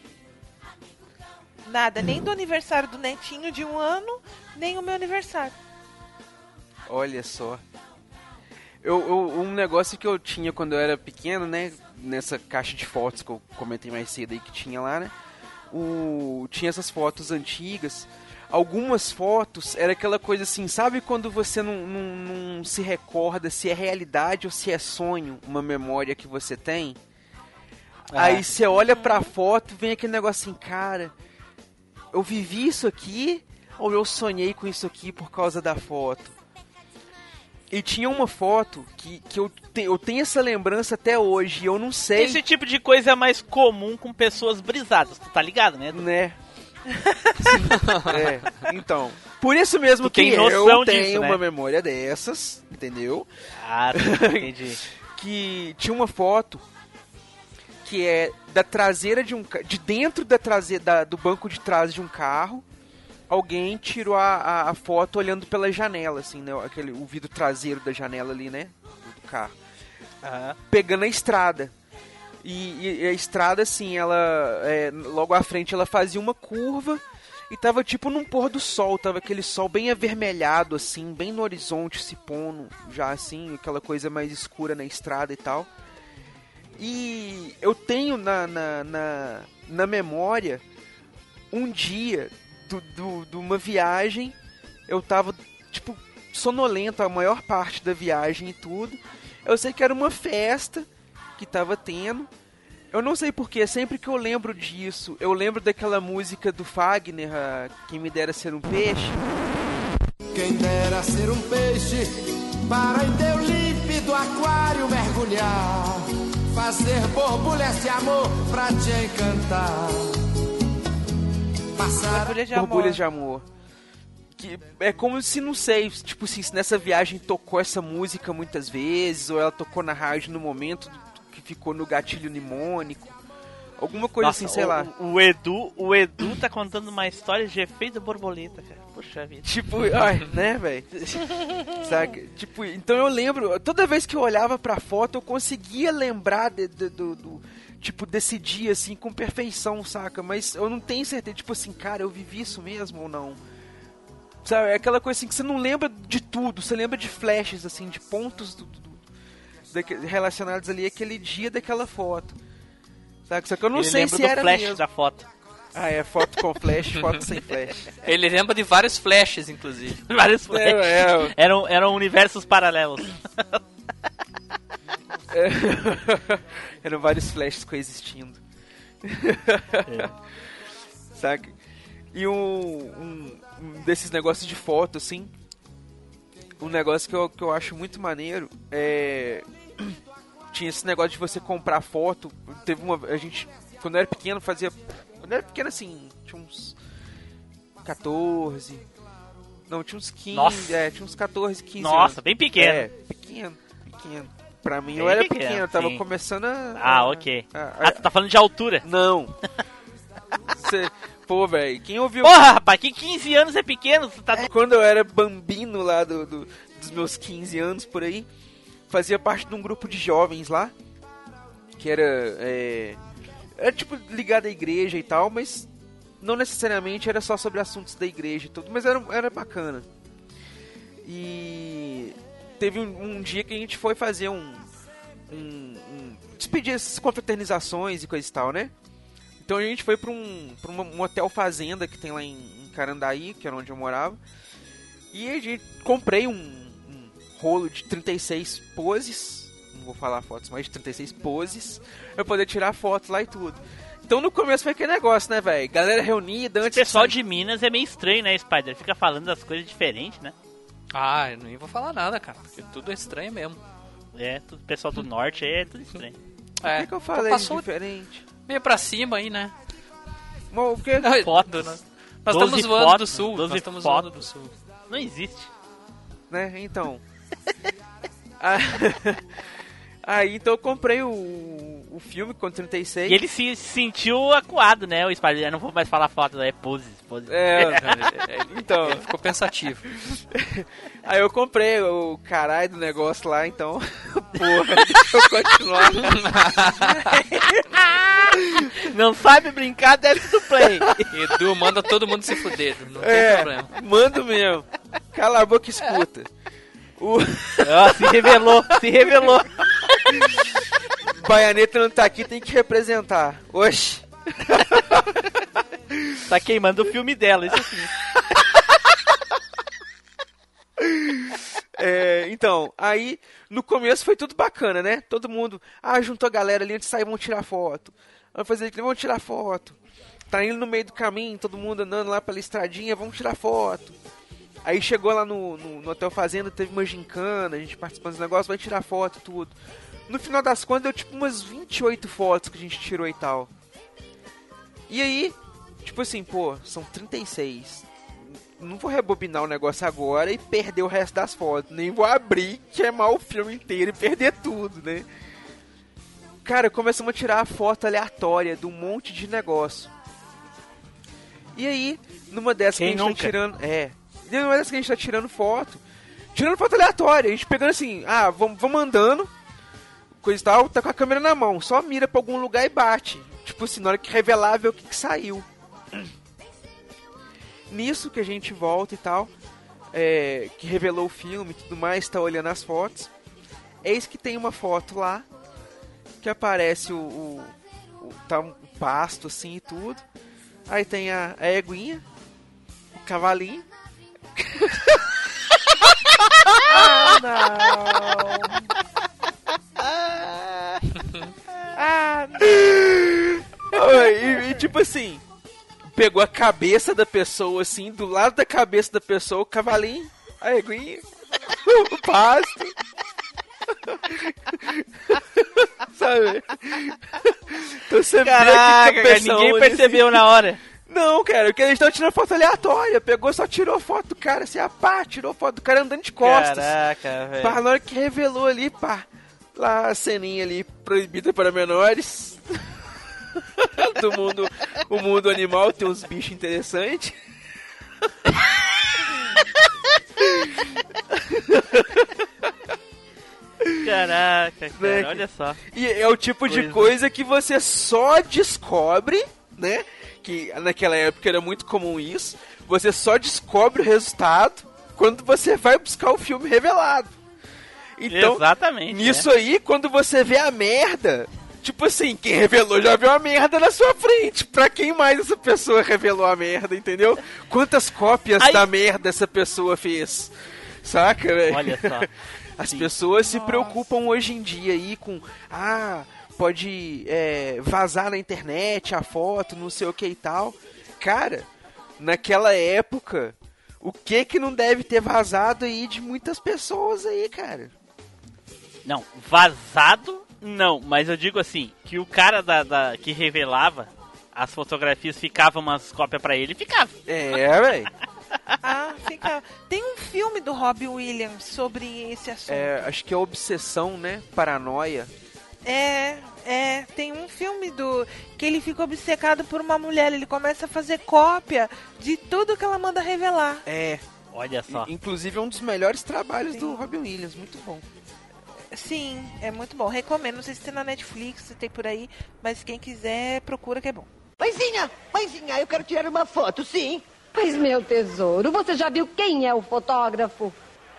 Nada, nem do aniversário do netinho de 1 ano, nem o meu aniversário. Olha só. Um negócio que eu tinha quando eu era pequeno, né? Nessa caixa de fotos que eu comentei mais cedo aí que tinha lá, né? Tinha essas fotos antigas. Algumas fotos era aquela coisa assim, sabe quando você não se recorda se é realidade ou se é sonho, uma memória que você tem? Aí você olha pra foto e vem aquele negócio assim, cara, eu vivi isso aqui ou eu sonhei com isso aqui por causa da foto? E tinha uma foto que eu tenho essa lembrança até hoje, e eu não sei... Esse tipo de coisa é mais comum com pessoas brisadas, tu tá ligado, né? Né? Então, por isso mesmo que eu tenho uma memória dessas, entendeu? Ah, entendi. Que tinha uma foto que é da traseira de dentro da traseira do banco de trás de um carro. Alguém tirou a foto olhando pela janela, assim, né? O vidro traseiro da janela ali, né? Do carro. Pegando a estrada. E a estrada, assim, ela... logo à frente ela fazia uma curva e tava tipo num pôr do sol. Tava aquele sol bem avermelhado, assim, bem no horizonte, se pondo já, assim, aquela coisa mais escura na estrada e tal. E eu tenho na memória um dia... de uma viagem, eu tava, tipo, sonolento a maior parte da viagem e tudo. Eu sei que era uma festa que tava tendo. Eu não sei porquê, sempre que eu lembro disso, eu lembro daquela música do Fagner, Quem Me Dera Ser Um Peixe. Quem dera ser um peixe, para em teu límpido aquário mergulhar, fazer borbulhas de amor pra te encantar. Borbulhas de amor. Que é como se, não sei, tipo assim, se nessa viagem tocou essa música muitas vezes, ou ela tocou na rádio no momento que ficou no gatilho mnemônico. Alguma coisa. Nossa, assim, sei lá. O Edu tá contando uma história de efeito borboleta, cara. Puxa vida. Tipo, né, velho? Sabe? Tipo, então eu lembro, toda vez que eu olhava pra foto, eu conseguia lembrar tipo, desse dia, assim, com perfeição, saca? Mas eu não tenho certeza, tipo assim, cara, eu vivi isso mesmo ou não? Sabe? É aquela coisa assim que você não lembra de tudo, você lembra de flashes, assim, de pontos relacionados ali àquele dia daquela foto. Saca? Só que eu não sei se era flash mesmo. Da foto. Foto com flash, foto sem flash. Ele lembra de vários flashes, inclusive. Vários flashes. Eram universos paralelos. Eram vários flashes coexistindo. Saca? E um desses negócios de foto, assim, um negócio que eu acho muito maneiro é... Tinha esse negócio de você comprar foto. A gente, quando eu era pequeno, fazia... Quando eu era pequeno, assim, tinha uns 14... Não, tinha uns 15... Nossa. Tinha uns 14, 15 Nossa, anos. bem pequeno. Pequeno. Pra mim, bem eu era pequeno, pequeno, eu tava sim. começando a... Ok. Tu tá falando de altura? Não. Pô, velho, quem ouviu... Porra, rapaz, que 15 anos é pequeno? Quando eu era bambino lá dos meus 15 anos, por aí, fazia parte de um grupo de jovens lá, que era tipo ligado à igreja e tal, mas não necessariamente era só sobre assuntos da igreja e tudo, mas era bacana. E teve um dia que a gente foi fazer despedir essas confraternizações e coisa e tal, né? Então a gente foi pra um hotel fazenda que tem lá em Carandaí, que era onde eu morava. E a gente comprei um rolo de 36 poses, não vou falar fotos, mas de 36 poses, pra poder tirar fotos lá e tudo. Então no começo foi aquele negócio, né, velho? Galera reunida O antes. pessoal de Minas é meio estranho, né, Spider? Fica falando das coisas diferentes, né? Ah, eu nem vou falar nada, cara. Porque tudo é estranho mesmo. É, o pessoal do norte aí é tudo estranho. O que eu falei passou diferente? meio pra cima aí, né? Mas o que? Fotos. Nós 12 estamos voando do fotos, sul. 12 Nós estamos fotos. voando do sul. Não existe. Né, então. Aí então eu comprei o filme com 36. E ele se sentiu acuado, né, o Spider? Eu não vou mais falar foto, é poses. Então, Ele ficou pensativo. aí eu comprei o caralho do negócio lá, então. Porra, deixa eu continuar. Não sabe brincar, desce do play. Edu, manda todo mundo se fuder, não tem problema. Mando mesmo. Cala a boca e escuta. Se revelou. Baianeta não tá aqui, tem que representar. Oxi. Tá queimando o filme dela, isso sim. Então, aí no começo foi tudo bacana, né? Todo mundo, juntou a galera ali antes de sair, vamos tirar foto. Vamos tirar foto. Tá indo no meio do caminho, todo mundo andando lá pela estradinha, vamos tirar foto. Aí chegou lá no Hotel Fazenda, teve uma gincana, a gente participando dos negócios, vai tirar foto e tudo. No final das contas, deu tipo umas 28 fotos que a gente tirou e tal. E aí, tipo assim, pô, são 36. Não vou rebobinar o negócio agora e perder o resto das fotos. Nem vou abrir, queimar o filme inteiro e perder tudo, né? Cara, começamos a tirar a foto aleatória de um monte de negócio. E aí, numa dessas que a gente tá tirando... numa dessas que a gente tá tirando foto aleatória. A gente pegando assim, vamos andando, coisa e tal, tá com a câmera na mão. Só mira pra algum lugar e bate. Tipo assim, na hora que revelar, vê o que saiu. Nisso que a gente volta e tal, que revelou o filme e tudo mais, tá olhando as fotos. Eis que tem uma foto lá, que aparece tá um pasto assim e tudo. Aí tem a eguinha, o cavalinho. E tipo assim, pegou a cabeça da pessoa assim, do lado da cabeça da pessoa, o cavalinho, a eguinha, o pasto. Sabe? Então você Caraca, cara, ninguém percebeu na hora. Não, cara, porque eles estão tirando foto aleatória. Pegou, só tirou foto do cara, assim, tirou foto do cara andando de costas. Caraca, velho. Na hora que revelou ali, lá a ceninha ali, proibida para menores. O mundo animal tem uns bichos interessantes. Caraca, cara, olha só. E é o tipo de coisa que você só descobre, né? Que naquela época era muito comum isso. Você só descobre o resultado quando você vai buscar o filme revelado. Então, exatamente. Nisso aí, quando você vê a merda, tipo assim, quem revelou já viu a merda na sua frente. Pra quem mais essa pessoa revelou a merda, entendeu? Quantas cópias da merda essa pessoa fez? Saca, velho? Olha só. As pessoas se preocupam hoje em dia aí com... pode vazar na internet a foto, não sei o que e tal. Cara, naquela época, o que não deve ter vazado aí de muitas pessoas aí, cara? Não, vazado não, mas eu digo assim, que o cara que revelava as fotografias ficava umas cópias pra ele, ficava. Velho. Ficava. Tem um filme do Robin Williams sobre esse assunto. Acho que é Obsessão, né? Paranoia. Tem um filme que ele fica obcecado por uma mulher, ele começa a fazer cópia de tudo que ela manda revelar. Olha só. Inclusive é um dos melhores trabalhos do Robin Williams, muito bom. Sim, é muito bom, recomendo, não sei se tem na Netflix, se tem por aí, mas quem quiser, procura que é bom. Mãezinha, eu quero tirar uma foto, sim. Mas, meu tesouro, você já viu quem é o fotógrafo?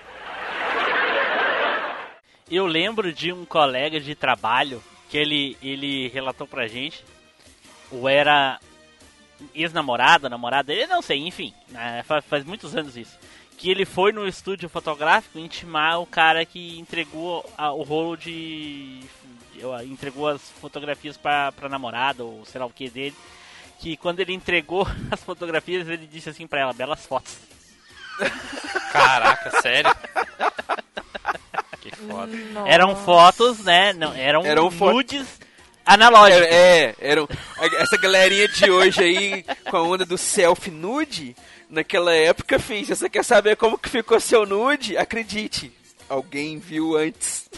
Eu lembro de um colega de trabalho que ele relatou pra gente, ou era ex-namorada, namorada, eu não sei, enfim, faz muitos anos isso, que ele foi no estúdio fotográfico intimar o cara que entregou o rolo entregou as fotografias pra namorada, ou sei lá o que dele. Que quando ele entregou as fotografias, ele disse assim pra ela, belas fotos. Caraca, sério? Que foda. Nossa. Eram fotos, né? Não, eram nudes analógicos. Eram essa galerinha de hoje aí, com a onda do selfie nude, naquela época fez. Você quer saber como que ficou seu nude? Acredite, alguém viu antes.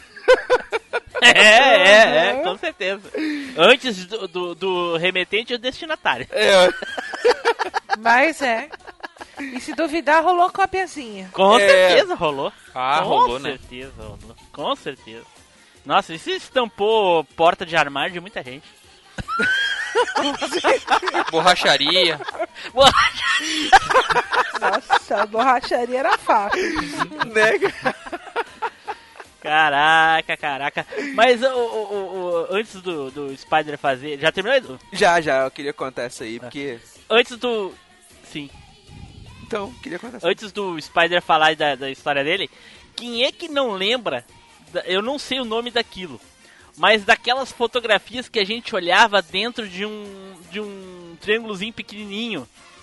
Com certeza. Antes do remetente e o destinatário. Mas e se duvidar, rolou copiazinha. Com certeza rolou. Rolou, né? Com certeza. Nossa, isso estampou porta de armário de muita gente. Borracharia. Nossa, a borracharia era fácil. Né? Caraca. Mas antes do Spider fazer... Já terminou, Edu? Já, eu queria contar essa aí, porque... Antes do... Sim. Então, queria contar essa. Antes do Spider falar da história dele, quem é que não lembra... Eu não sei o nome daquilo, mas daquelas fotografias que a gente olhava dentro de um triângulozinho pequenininho.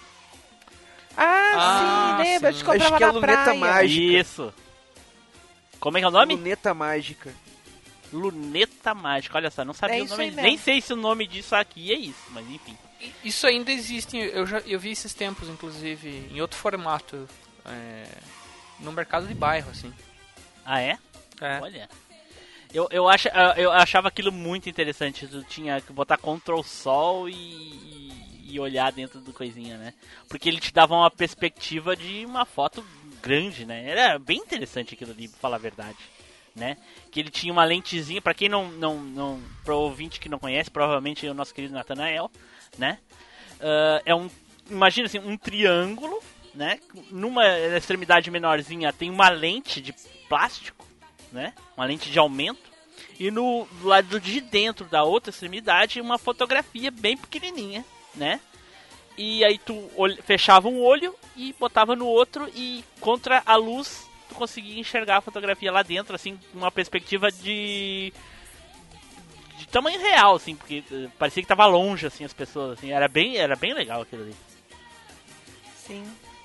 Sim, lembra? A gente comprava Acho que é na Luneta praia. Mágica. Isso. Como é que é o nome? Luneta Mágica. Luneta Mágica, olha só, não sabia o isso nome. aí mesmo. Nem sei se o nome disso aqui é isso, mas enfim. Isso ainda existe, eu vi esses tempos, inclusive, em outro formato, no mercado de bairro, assim. Ah, é? É. Olha. Eu achava aquilo muito interessante. Tu tinha que botar Ctrl Sol e olhar dentro do coisinha, né? Porque ele te dava uma perspectiva de uma foto grande, né? Era bem interessante aquilo ali, pra falar a verdade, né? Que ele tinha uma lentezinha, pra quem não pro ouvinte que não conhece, provavelmente é o nosso querido Nathanael, né? Imagina assim, um triângulo, né? Numa extremidade menorzinha tem uma lente de plástico, né? Uma lente de aumento. E no lado de dentro da outra extremidade uma fotografia bem pequenininha, né? E aí tu fechava um olho e botava no outro e contra a luz tu conseguia enxergar a fotografia lá dentro, assim, com uma perspectiva de tamanho real, assim, porque parecia que tava longe, assim, as pessoas, assim, era bem legal aquilo ali. Sim.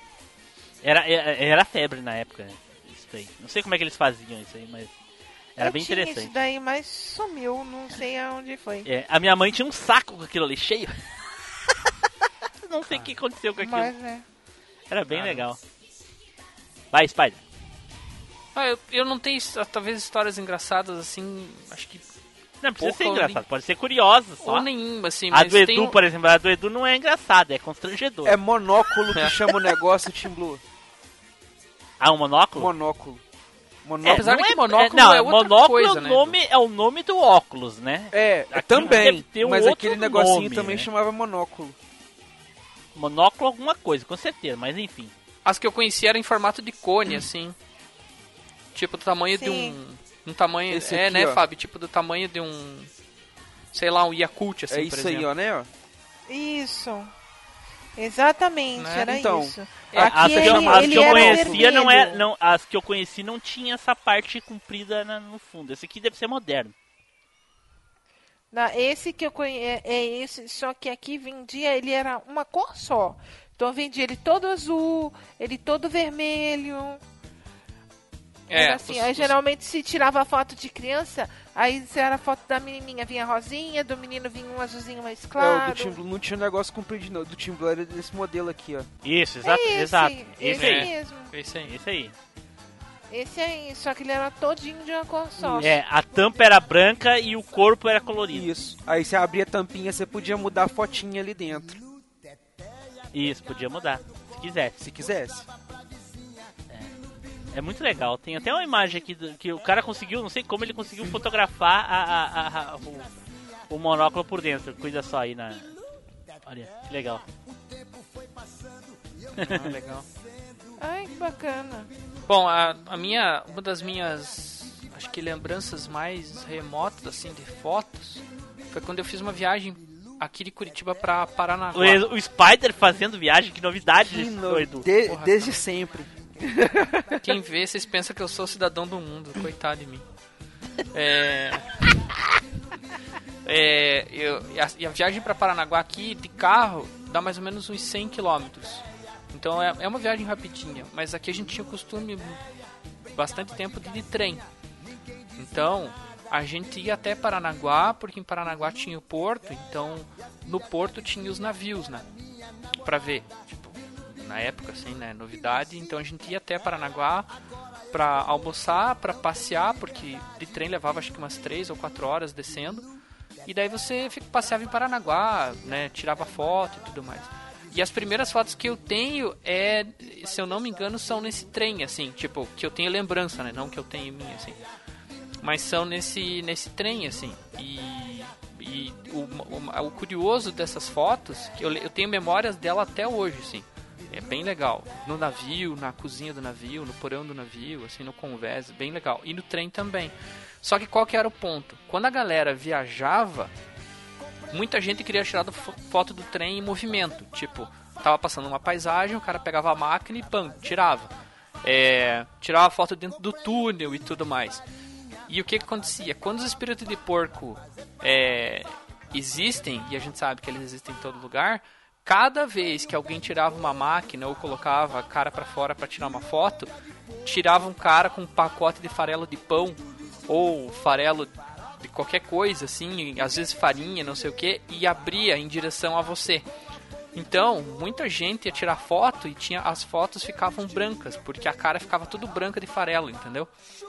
Era febre na época, né? Isso aí. Não sei como é que eles faziam isso aí, mas era bem interessante. Isso daí, mas sumiu, não sei aonde foi. A minha mãe tinha um saco com aquilo ali cheio. Não sei o que aconteceu com aquilo. Mas era bem legal. Vai, Spider. Eu não tenho, talvez, histórias engraçadas assim, acho que... Não precisa ser engraçado, pode ser curiosa só. Ou nenhuma, assim, a mas do Edu, por exemplo, a do Edu não é engraçada, é constrangedor. É monóculo que chama o negócio, Tim Blue. Ah, um monóculo? Monóculo. Apesar de que monóculo não, é outra monóculo coisa, é o nome do óculos, né? Aqui também, mas outro aquele negocinho nome, também né? chamava monóculo. Monóculo alguma coisa, com certeza, mas enfim. As que eu conhecia eram em formato de cone, assim. Tipo, do tamanho de um tamanho... Esse aqui, né, ó. Fábio? Tipo, do tamanho de um... Sei lá, um Yakult, assim, É por isso aí, exemplo. ó, né? Ó. Isso. Exatamente, Né? era Então, isso. As Aqui que eu ele era conhecia vermelho. as que eu conheci não tinha essa parte comprida no fundo. Esse aqui deve ser moderno. Esse que eu conheço é esse, só que aqui vendia, ele era uma cor só. Então vendia ele todo azul, ele todo vermelho. Era assim, aí geralmente se tirava foto de criança, aí se era foto da menininha vinha rosinha, do menino vinha um azulzinho mais claro. O do Tim Blue não tinha negócio comprido, não. Do Tim Blue era desse modelo aqui, ó. Isso, exato. Esse aí. mesmo. Esse aí. Esse aí, só que ele era todinho de uma cor só. A tampa era branca e o corpo era colorido. Isso. Aí você abria a tampinha, você podia mudar a fotinha ali dentro. Isso, podia mudar, se quisesse. Se quisesse. É muito legal. Tem até uma imagem aqui que o cara conseguiu, não sei como ele conseguiu fotografar o monóculo por dentro. Cuida só aí na... Olha, que legal. Legal. Ai, que bacana. Bom, uma das minhas, acho que lembranças mais remotas, assim, de fotos, foi quando eu fiz uma viagem aqui de Curitiba pra Paranaguá. O Spider fazendo viagem, que novidade Que isso, no... Edu. Desde sempre. Quem vê, vocês pensam que eu sou cidadão do mundo. Coitado de mim. E a viagem pra Paranaguá aqui, de carro, dá mais ou menos uns 100 km. Então é uma viagem rapidinha. Mas aqui a gente tinha o costume, bastante tempo, de ir de trem. Então, a gente ia até Paranaguá, porque em Paranaguá tinha o porto. Então, no porto tinha os navios, né? Pra ver. Tipo, na época, assim, né? Novidade. Então, a gente ia até Paranaguá pra almoçar, pra passear, porque de trem levava acho que umas 3 ou 4 horas descendo. E daí você passeava em Paranaguá, né? Tirava foto e tudo mais. E as primeiras fotos que eu tenho se eu não me engano, são nesse trem, assim, tipo, que eu tenho lembrança, né? Não que eu tenho em mim, assim. Mas são nesse trem, assim. E o curioso dessas fotos, que eu tenho memórias dela até hoje, assim. É bem legal. No navio, na cozinha do navio, no porão do navio, assim, no convés, bem legal. E no trem também. Só que qual que era o ponto? Quando a galera viajava, muita gente queria tirar foto do trem em movimento. Tipo, tava passando uma paisagem, o cara pegava a máquina e pam, tirava. Tirava foto dentro do túnel e tudo mais. E o que acontecia? Quando os espíritos de porco existem, e a gente sabe que eles existem em todo lugar, cada vez que alguém tirava uma máquina ou colocava a cara pra fora pra tirar uma foto, tirava um cara com um pacote de farelo de pão ou farelo de qualquer coisa, assim, às vezes farinha, não sei o que, e abria em direção a você. Então, muita gente ia tirar foto e as fotos ficavam brancas, porque a cara ficava tudo branca de farelo, entendeu?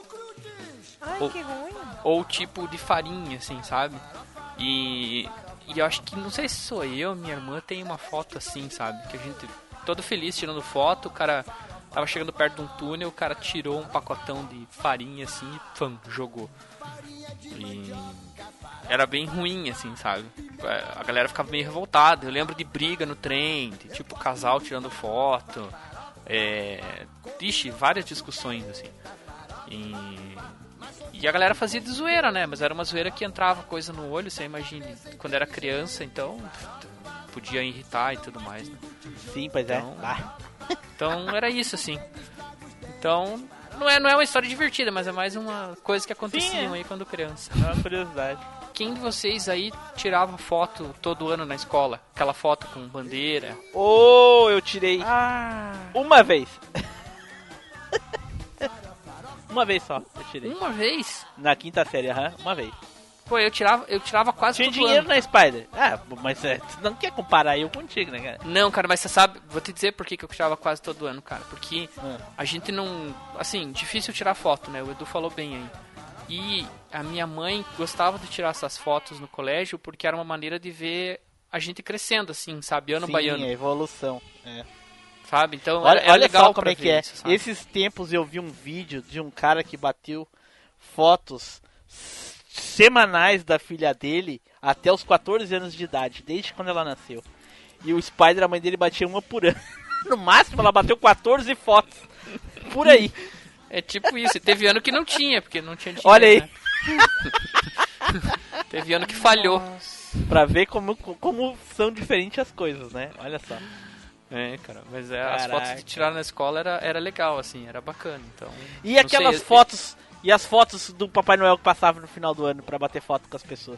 Ai, que ruim. Ou tipo de farinha, assim, sabe? E eu acho que, não sei se sou eu, minha irmã tem uma foto assim, sabe? Que a gente, todo feliz tirando foto, o cara tava chegando perto de um túnel, o cara tirou um pacotão de farinha assim e pam, jogou. E era bem ruim, assim, sabe? A galera ficava meio revoltada. Eu lembro de briga no trem, de tipo casal tirando foto. Ixi, várias discussões, assim. E a galera fazia de zoeira, né? Mas era uma zoeira que entrava coisa no olho, você imagina. Quando era criança, então podia irritar e tudo mais, né? Sim, pois então, é. Então era isso, assim. Então, não é uma história divertida, mas é mais uma coisa que acontecia aí quando criança. É uma curiosidade. Quem de vocês aí tirava foto todo ano na escola? Aquela foto com bandeira? Eu tirei uma vez. Uma vez só, eu tirei. Uma vez? Na quinta série, uma vez. Pô, eu tirava quase Tinha todo dinheiro ano. na Spider. Mas você não quer comparar eu contigo, né, cara? Não, cara, mas você sabe, vou te dizer por que eu tirava quase todo ano, cara. Porque a gente não... Assim, difícil tirar foto, né? O Edu falou bem aí. E a minha mãe gostava de tirar essas fotos no colégio porque era uma maneira de ver a gente crescendo, assim, sabe? Ano baiano. Sim, a evolução, Sabe? Então olha legal só como é que é. Isso, esses tempos eu vi um vídeo de um cara que bateu fotos semanais da filha dele até os 14 anos de idade, desde quando ela nasceu. E o Spider, a mãe dele, batia uma por ano. No máximo ela bateu 14 fotos por aí. É tipo isso. E teve ano que não tinha, porque não tinha dinheiro. Olha aí. Né? Teve ano que falhou. Pra ver como são diferentes as coisas, né? Olha só. Cara, mas as fotos que tiraram na escola era legal, assim, era bacana, então... E aquelas fotos, e as fotos do Papai Noel que passava no final do ano pra bater foto com as pessoas?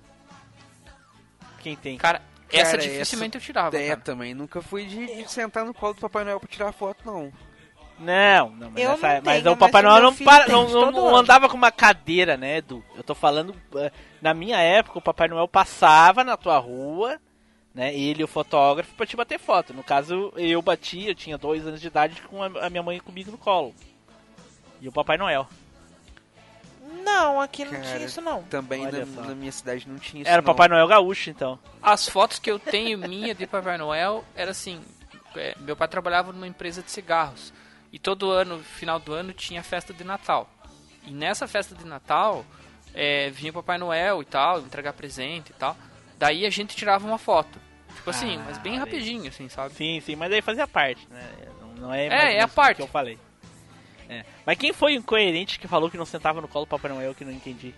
Quem tem? Cara, essa dificilmente eu tirava, cara. Também, nunca fui de sentar no colo do Papai Noel pra tirar foto, não. Não, mas o Papai Noel não andava com uma cadeira, né, Edu? Eu tô falando, na minha época, o Papai Noel passava na tua rua... Né, ele e o fotógrafo pra te bater foto. No caso, eu tinha 2 anos de idade com a minha mãe comigo no colo. E o Papai Noel. Não, aqui não tinha isso não. Também na minha cidade não tinha isso. Era o Papai Noel gaúcho, então. As fotos que eu tenho minha de Papai Noel era assim, meu pai trabalhava numa empresa de cigarros. E todo ano, final do ano, tinha festa de Natal. E nessa festa de Natal, vinha o Papai Noel e tal, entregar presente e tal. Daí a gente tirava uma foto. Tipo assim, mas bem rapidinho, assim, sabe? Sim, mas daí fazia parte, né? Não é mais a parte que eu falei. Mas quem foi o incoerente que falou que não sentava no colo do Papai Noel, que não entendi?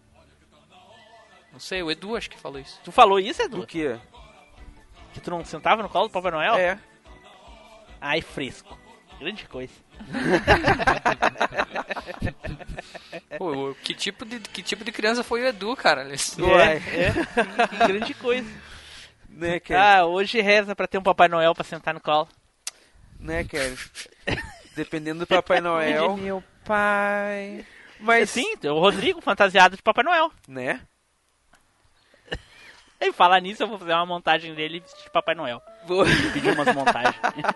Não sei, o Edu acho que falou isso. Tu falou isso, Edu? Do quê? Que tu não sentava no colo do Papai Noel? É. Ai, fresco. Grande coisa. Pô, que tipo de criança foi o Edu, cara? Que grande coisa. Né, cara? Hoje reza pra ter um Papai Noel pra sentar no colo. Né, cara? Dependendo do Papai Noel. Meu pai. Mas Sim, o Rodrigo fantasiado de Papai Noel. né? E falar nisso, eu vou fazer uma montagem dele vestido de Papai Noel. Vou- Pedir umas montagens.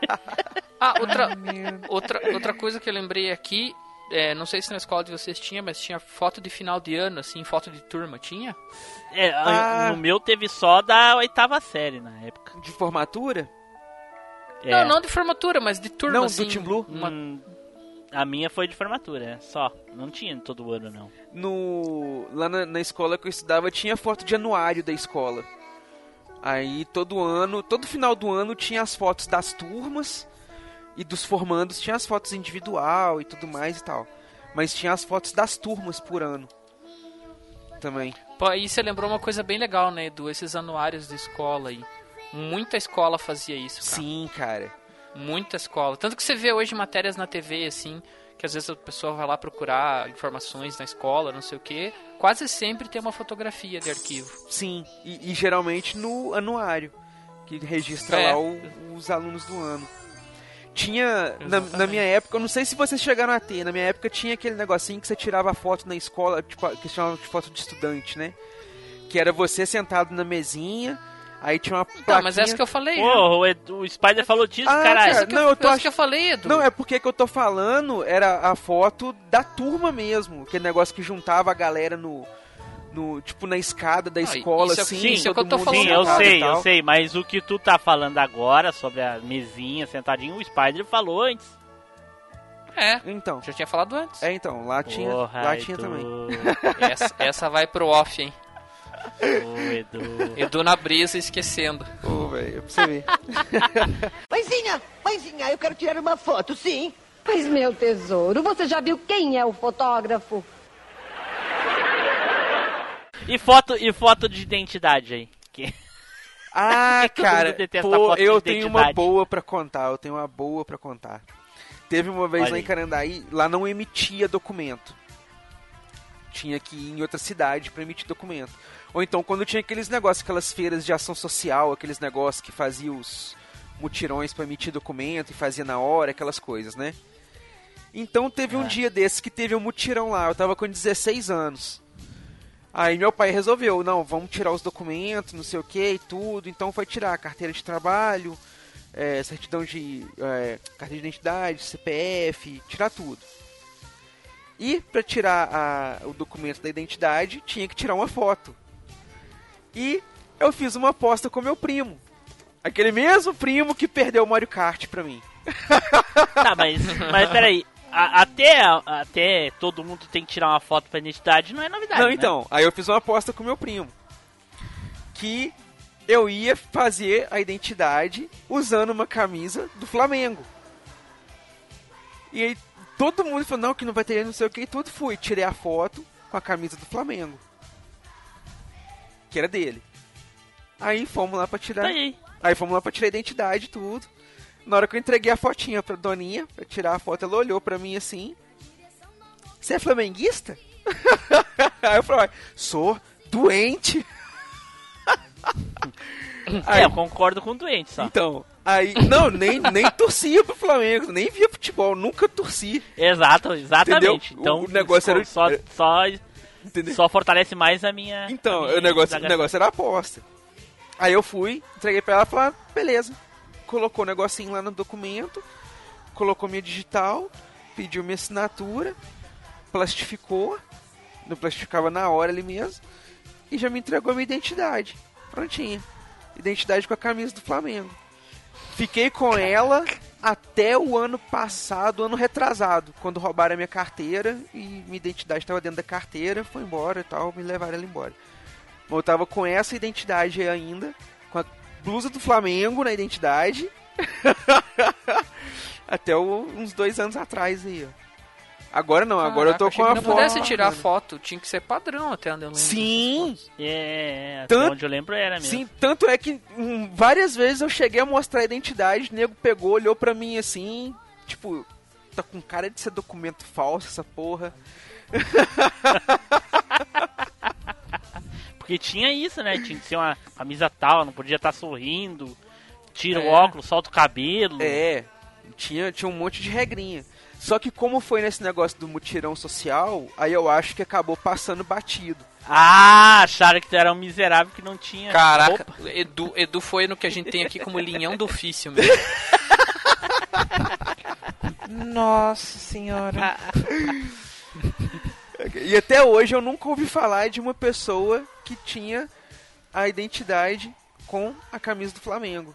Outra coisa que eu lembrei aqui, não sei se na escola de vocês tinha, mas tinha foto de final de ano, assim, foto de turma, tinha? No meu teve só da 8ª série na época. De formatura? Não de formatura, mas de turma, Não, assim. do Team Blue? A minha foi de formatura, só. Não tinha todo ano, não. Lá na escola que eu estudava tinha foto de anuário da escola. Aí todo final do ano tinha as fotos das turmas e dos formandos tinha as fotos individual e tudo mais e tal. Mas tinha as fotos das turmas por ano também. Pô, aí você lembrou uma coisa bem legal, né, Edu? Esses anuários de escola aí. Muita escola fazia isso, cara. Sim, cara. Muita escola. Tanto que você vê hoje matérias na TV, assim, que às vezes a pessoa vai lá procurar informações na escola, não sei o quê. Quase sempre tem uma fotografia de arquivo. Sim, e geralmente no anuário, que registra lá os alunos do ano. Tinha, na minha época, eu não sei se vocês chegaram a ter, na minha época tinha aquele negocinho que você tirava foto na escola, tipo, que se chamava de foto de estudante, né? Que era você sentado na mesinha, aí tinha uma plaquinha... Não, mas essa que eu falei. Pô, o Spider falou disso, caralho. Cara, não, Essa que eu falei, Edu. Não, é porque que eu tô falando era a foto da turma mesmo, aquele negócio que juntava a galera tipo, na escada da escola, isso é- assim. sim, isso é o que eu tô todo mundo falando. Sim, eu sentado e sei, tal. eu sei. Mas o que tu tá falando agora sobre a mesinha, sentadinho, o Spider falou antes. Então, Já tinha falado antes. então, lá tinha também. Essa vai pro off, hein? Ô, Edu. Edu na brisa esquecendo. Pô, velho, é pra você ver. Mãezinha, eu quero tirar uma foto, sim. Mas, meu tesouro, você já viu quem é o fotógrafo? E foto de identidade aí? Ah, Todo mundo cara, detesta pô, foto de eu tenho uma identidade. boa pra contar, Teve uma vez Olha lá aí. em Carandaí, lá não emitia documento. Tinha que ir em outra cidade pra emitir documento. Ou então quando tinha aqueles negócios, aquelas feiras de ação social, aqueles negócios que fazia os mutirões pra emitir documento e fazia na hora, aquelas coisas, né? Então teve um dia desses que teve um mutirão lá, eu tava com 16 anos. Aí meu pai resolveu, não, vamos tirar os documentos, não sei o que e tudo. Então foi tirar a carteira de trabalho, certidão de carteira de identidade, CPF, tirar tudo. E para tirar o documento da identidade, tinha que tirar uma foto. E eu fiz uma aposta com meu primo. Aquele mesmo primo que perdeu o Mario Kart pra mim. Tá, mas peraí. Até todo mundo tem que tirar uma foto pra identidade, não é novidade, Não, né? então, aí eu fiz uma aposta com meu primo. Que eu ia fazer a identidade usando uma camisa do Flamengo. E aí todo mundo falou, não, que não vai ter não sei o que, e tudo fui. Tirei a foto com a camisa do Flamengo. Que era dele. Aí fomos lá pra tirar. Aí fomos lá pra tirar a identidade e tudo. Na hora que eu entreguei a fotinha pra Doninha, pra tirar a foto, ela olhou pra mim assim. Você é flamenguista? Aí eu falei, sou doente. Aí, eu concordo com o doente, só. Então, aí, não, nem torcia pro Flamengo, nem via futebol, nunca torci. Exatamente. Entendeu? Então, O negócio era... Só fortalece mais a minha... Então, a minha o negócio era aposta. Aí eu fui, entreguei pra ela e falei, beleza. Colocou o negocinho lá no documento, colocou minha digital, pediu minha assinatura, plastificou, não plastificava na hora ali mesmo, e já me entregou a minha identidade. Prontinha. Identidade com a camisa do Flamengo. Fiquei com ela até o ano passado, ano retrasado, quando roubaram a minha carteira e minha identidade estava dentro da carteira, foi embora e tal, me levaram ela embora. Mas eu tava com essa identidade ainda, com a blusa do Flamengo na identidade, até uns 2 anos atrás aí, ó. Agora não, agora eu tô com a foto. Se não pudesse foto tirar bacana. foto, tinha que ser padrão até onde eu lembro. Sim! Até onde eu lembro era mesmo. Sim, tanto é que várias vezes eu cheguei a mostrar a identidade, o nego pegou, olhou pra mim assim, tipo, tá com cara de ser documento falso essa porra. Porque tinha isso, né? Tinha que ser uma camisa tal, não podia estar sorrindo, tira o óculos, solta o cabelo. Tinha um monte de regrinha. Só que como foi nesse negócio do mutirão social, aí eu acho que acabou passando batido. Acharam que tu era um miserável que não tinha. Caraca, roupa. Edu foi no que a gente tem aqui como linhão do ofício mesmo. Nossa senhora. E até hoje eu nunca ouvi falar de uma pessoa que tinha a identidade com a camisa do Flamengo.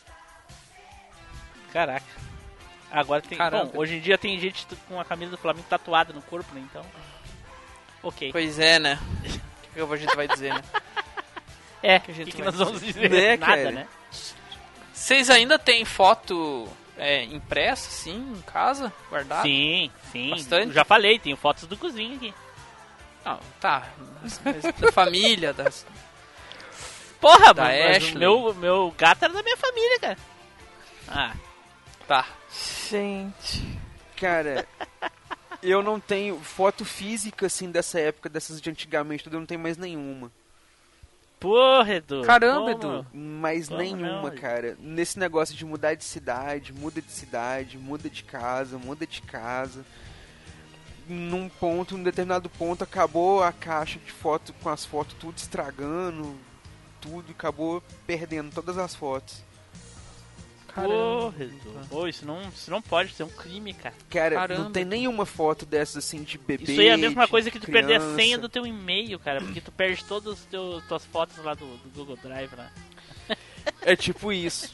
Caraca. Agora tem. Caramba. Bom, hoje em dia tem gente com a camisa do Flamengo tatuada no corpo, né? Então. Ok. Pois é, né? O que a gente vai dizer, né? O que a gente que vai nós vamos dizer? Né, Nada, cara? né? Vocês ainda têm foto impressa, assim, em casa, guardada? Sim. Bastante? Eu já falei, tenho fotos do cozinho aqui. Não, tá. Mas da família, das... Porra, Da mas Ashley. o meu gato era da minha família, cara. Tá. Gente. Cara, eu não tenho foto física, assim, dessa época, dessas de antigamente, eu não tenho mais nenhuma. Porra, Edu. Caramba, como? Edu. Mais Como nenhuma, não? cara. Nesse negócio de mudar de cidade, muda de casa, muda de casa. Num determinado ponto, acabou a caixa de foto com as fotos tudo estragando, tudo, acabou perdendo todas as fotos. Porra, Edu. Pô, isso não pode ser um crime, cara. Cara, Caramba. não tem nenhuma foto dessas assim de bebê. Isso aí é a mesma de coisa que tu perder a criança. senha do teu e-mail, cara. Porque tu perde todas as tuas fotos lá do Google Drive, né? É tipo isso.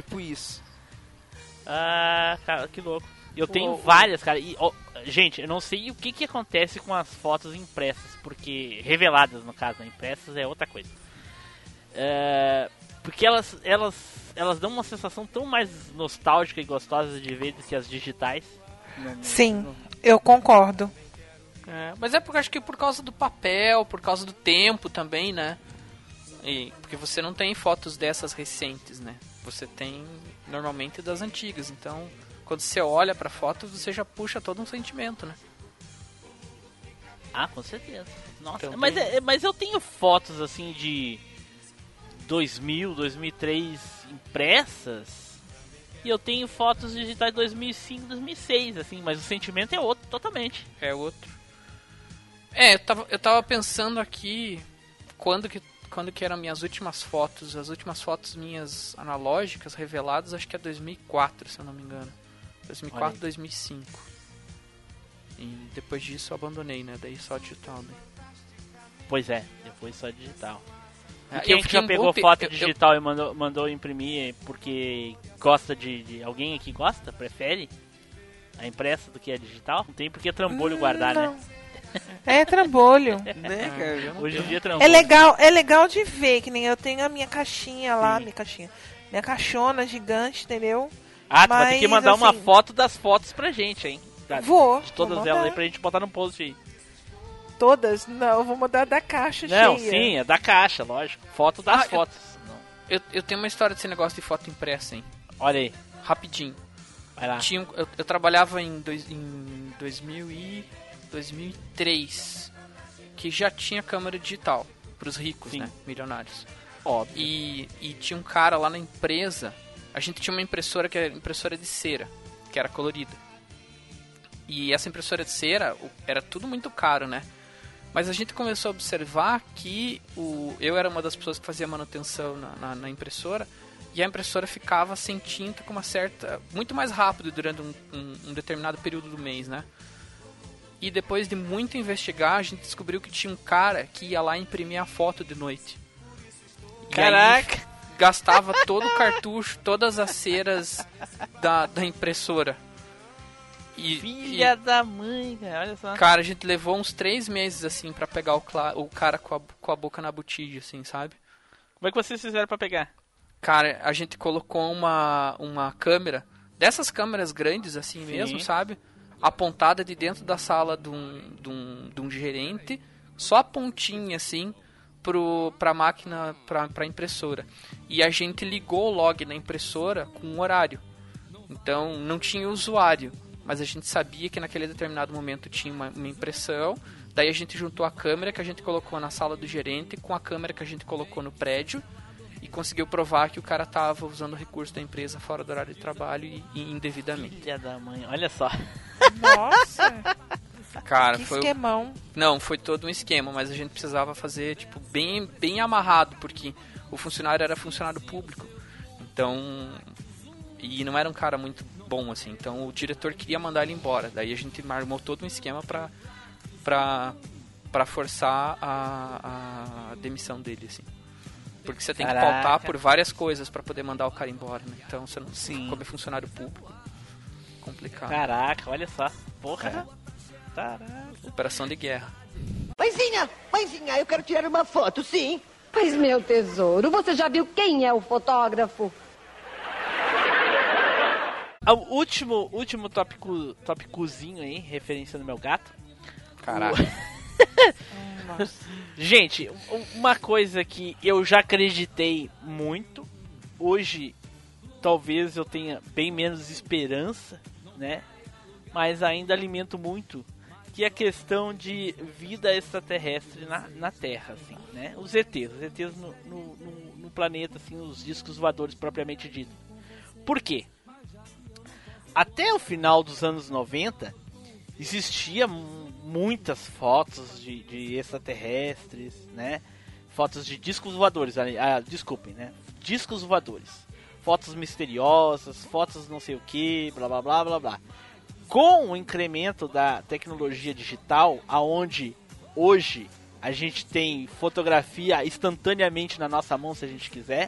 Cara, que louco. Eu tenho várias, cara. E, gente, eu não sei o que acontece com as fotos impressas, porque reveladas, no caso, né? Impressas é outra coisa. Porque elas dão uma sensação tão mais nostálgica e gostosa de ver do que as digitais. Sim, eu concordo. Mas é porque acho que por causa do papel, por causa do tempo também, né? Porque você não tem fotos dessas recentes, né? Você tem normalmente das antigas. Então, quando você olha pra foto, você já puxa todo um sentimento, né? Com certeza. Nossa, Então, mas eu tenho fotos assim de 2000, 2003 impressas. E eu tenho fotos digitais de 2005, 2006, assim, mas o sentimento é outro, totalmente. É outro. Eu tava pensando aqui quando que eram minhas últimas fotos. As últimas fotos minhas analógicas reveladas, acho que é 2004, se eu não me engano. 2004, 2005. E depois disso eu abandonei, né? Daí só digital, né? Pois é, depois só digital. E Eu quem fiquei já pegou bom foto digital e mandou imprimir porque gosta de... Alguém aqui gosta? Prefere a impressa do que a digital? Não tem porque trambolho guardar, não. né? É trambolho. Né, cara? Hoje em dia trambolho. É legal de ver, que nem eu tenho a minha caixinha lá, minha caixona gigante, entendeu? Tu vai ter que mandar uma assim, foto das fotos pra gente, hein? Vou. De todas vou elas mandar. aí pra gente botar no post aí. Todas? Não, eu vou mandar da caixa Não, cheia. sim, é da caixa, lógico. Foto das fotos. Não. Eu tenho uma história desse negócio de foto impressa, hein? Olha aí, Rapidinho. vai lá. Eu trabalhava em 2003, que já tinha câmera digital pros ricos, Sim. né? Milionários. Óbvio. E tinha um cara lá na empresa. A gente tinha uma impressora que era impressora de cera, que era colorida. E essa impressora de cera era tudo muito caro, né? Mas a gente começou a observar que eu era uma das pessoas que fazia manutenção na impressora, e a impressora ficava sem tinta com uma certa... muito mais rápido durante um determinado período do mês, né? E depois de muito investigar, a gente descobriu que tinha um cara que ia lá imprimir a foto de noite. Caraca! E aí gastava todo o cartucho, todas as ceras da impressora. Filha da mãe, cara, olha só. Cara, a gente levou uns 3 meses, assim, pra pegar o cara com a boca na botija, assim, sabe? Como é que vocês fizeram pra pegar? Cara, a gente colocou uma câmera, dessas câmeras grandes, assim mesmo, sabe? Apontada de dentro da sala de um gerente, só a pontinha, assim, pra máquina, pra impressora. E a gente ligou o log na impressora com um horário. Então não tinha usuário, mas a gente sabia que naquele determinado momento tinha uma impressão. Daí a gente juntou a câmera que a gente colocou na sala do gerente com a câmera que a gente colocou no prédio e conseguiu provar que o cara estava usando o recurso da empresa fora do horário de trabalho e indevidamente. Filha da mãe, olha só. Nossa, Cara, que foi esquemão. Não, foi todo um esquema, mas a gente precisava fazer tipo bem amarrado, porque o funcionário era funcionário público. Então, e não era um cara muito bom assim. Então o diretor queria mandar ele embora. Daí a gente armou todo um esquema pra forçar a demissão dele, assim. Porque você tem que pautar por várias coisas pra poder mandar o cara embora, né? Então você não como é funcionário público. Complicado. Caraca, olha só. Porra. Caraca. Operação de guerra. Mãezinha, eu quero tirar uma foto, sim. Mas, meu tesouro, você já viu quem é o fotógrafo? O último tópicozinho aí, referência no meu gato. Caraca. Gente, uma coisa que eu já acreditei muito, hoje talvez eu tenha bem menos esperança, né? Mas ainda alimento muito, que é a questão de vida extraterrestre na Terra, assim, né? Os ETs no planeta, assim, os discos voadores propriamente dito. Por quê? Até o final dos anos 90, existia muitas fotos de extraterrestres, né? Fotos de discos voadores, desculpem, né? Discos voadores. Fotos misteriosas, fotos não sei o que, blá blá blá blá blá. Com o incremento da tecnologia digital, aonde hoje a gente tem fotografia instantaneamente na nossa mão se a gente quiser,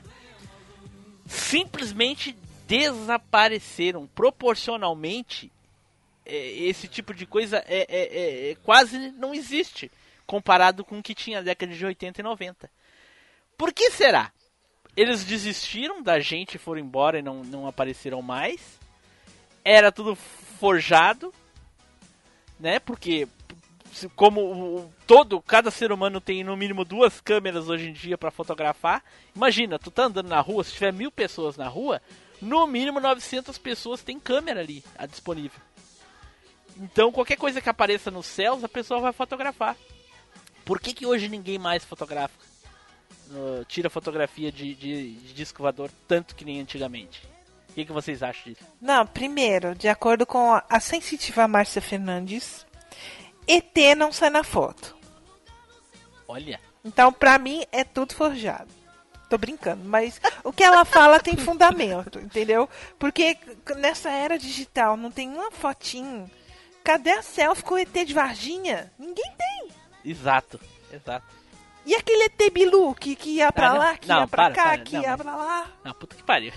simplesmente desapareceram proporcionalmente. Esse tipo de coisa quase não existe comparado com o que tinha na década de 80 e 90. Por que será? Eles desistiram da gente e foram embora e não apareceram mais. Era tudo forjado, né? Porque como cada ser humano tem no mínimo 2 câmeras hoje em dia para fotografar. Imagina, tu tá andando na rua, se tiver 1000 pessoas na rua, no mínimo 900 pessoas tem câmera ali disponível. Então qualquer coisa que apareça nos céus, a pessoa vai fotografar. Por que hoje ninguém mais fotografa? Tira fotografia de disco voador tanto que nem antigamente. O que vocês acham disso? Não, primeiro, de acordo com a sensitiva Márcia Fernandes, ET não sai na foto. Olha. Então, pra mim, é tudo forjado. Tô brincando, mas o que ela fala tem fundamento, entendeu? Porque nessa era digital não tem uma fotinho. Cadê a selfie com o ET de Varginha? Ninguém tem. Exato. E aquele ET Bilu que ia pra lá, que ia pra cá, que ia mas... pra lá? Não, puta que pariu.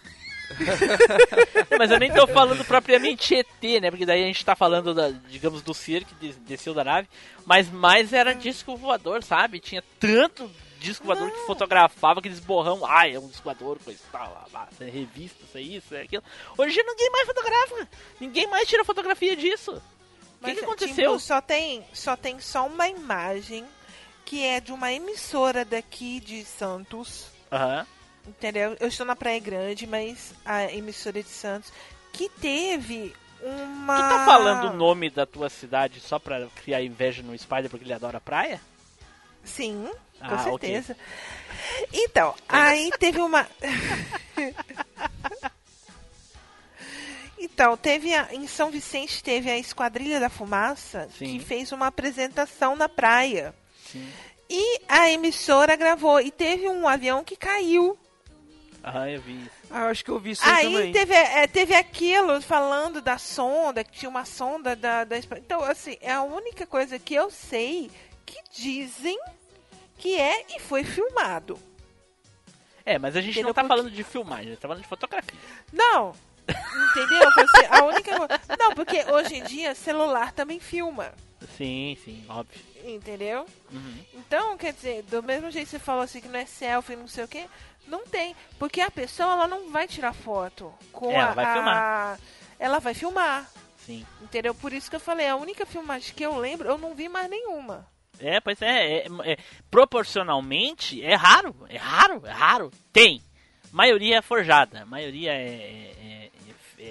Mas eu nem tô falando propriamente ET, né? Porque daí a gente tá falando, digamos, do ser que desceu da nave. Mas mais era disco voador, sabe? Tinha tanto disco voador que fotografava aqueles borrão. É um disco voador, coisa e tal. Revista, isso, aquilo. Hoje em dia ninguém mais fotografa. Ninguém mais tira fotografia disso. O que aconteceu? Tipo, só tem uma imagem que é de uma emissora daqui de Santos. Aham. Entendeu? Eu estou na Praia Grande, mas a emissora de Santos, que teve uma... Tu tá falando o nome da tua cidade só pra criar inveja no Spider porque ele adora praia? Sim, com certeza. Okay. Então, aí teve uma... Então, em São Vicente teve a Esquadrilha da Fumaça, Sim. que fez uma apresentação na praia. Sim. E a emissora gravou, e teve um avião que caiu. Eu vi isso. Acho que eu vi isso aí também. Teve aquilo falando da sonda, que tinha uma sonda da... Então, assim, é a única coisa que eu sei que dizem que e foi filmado. Mas a gente não tá falando de filmagem, a gente tá falando de fotografia. Não, entendeu? A única coisa... Não, porque hoje em dia celular também filma. Sim, óbvio. Entendeu? Uhum. Então, quer dizer, do mesmo jeito que você falou assim que não é selfie, não sei o que, não tem. Porque a pessoa, ela não vai tirar foto com ela vai filmar. Ela vai filmar. Sim. Entendeu? Por isso que eu falei, a única filmagem que eu lembro, eu não vi mais nenhuma. Pois proporcionalmente, é raro. Tem. A maioria é forjada. A maioria é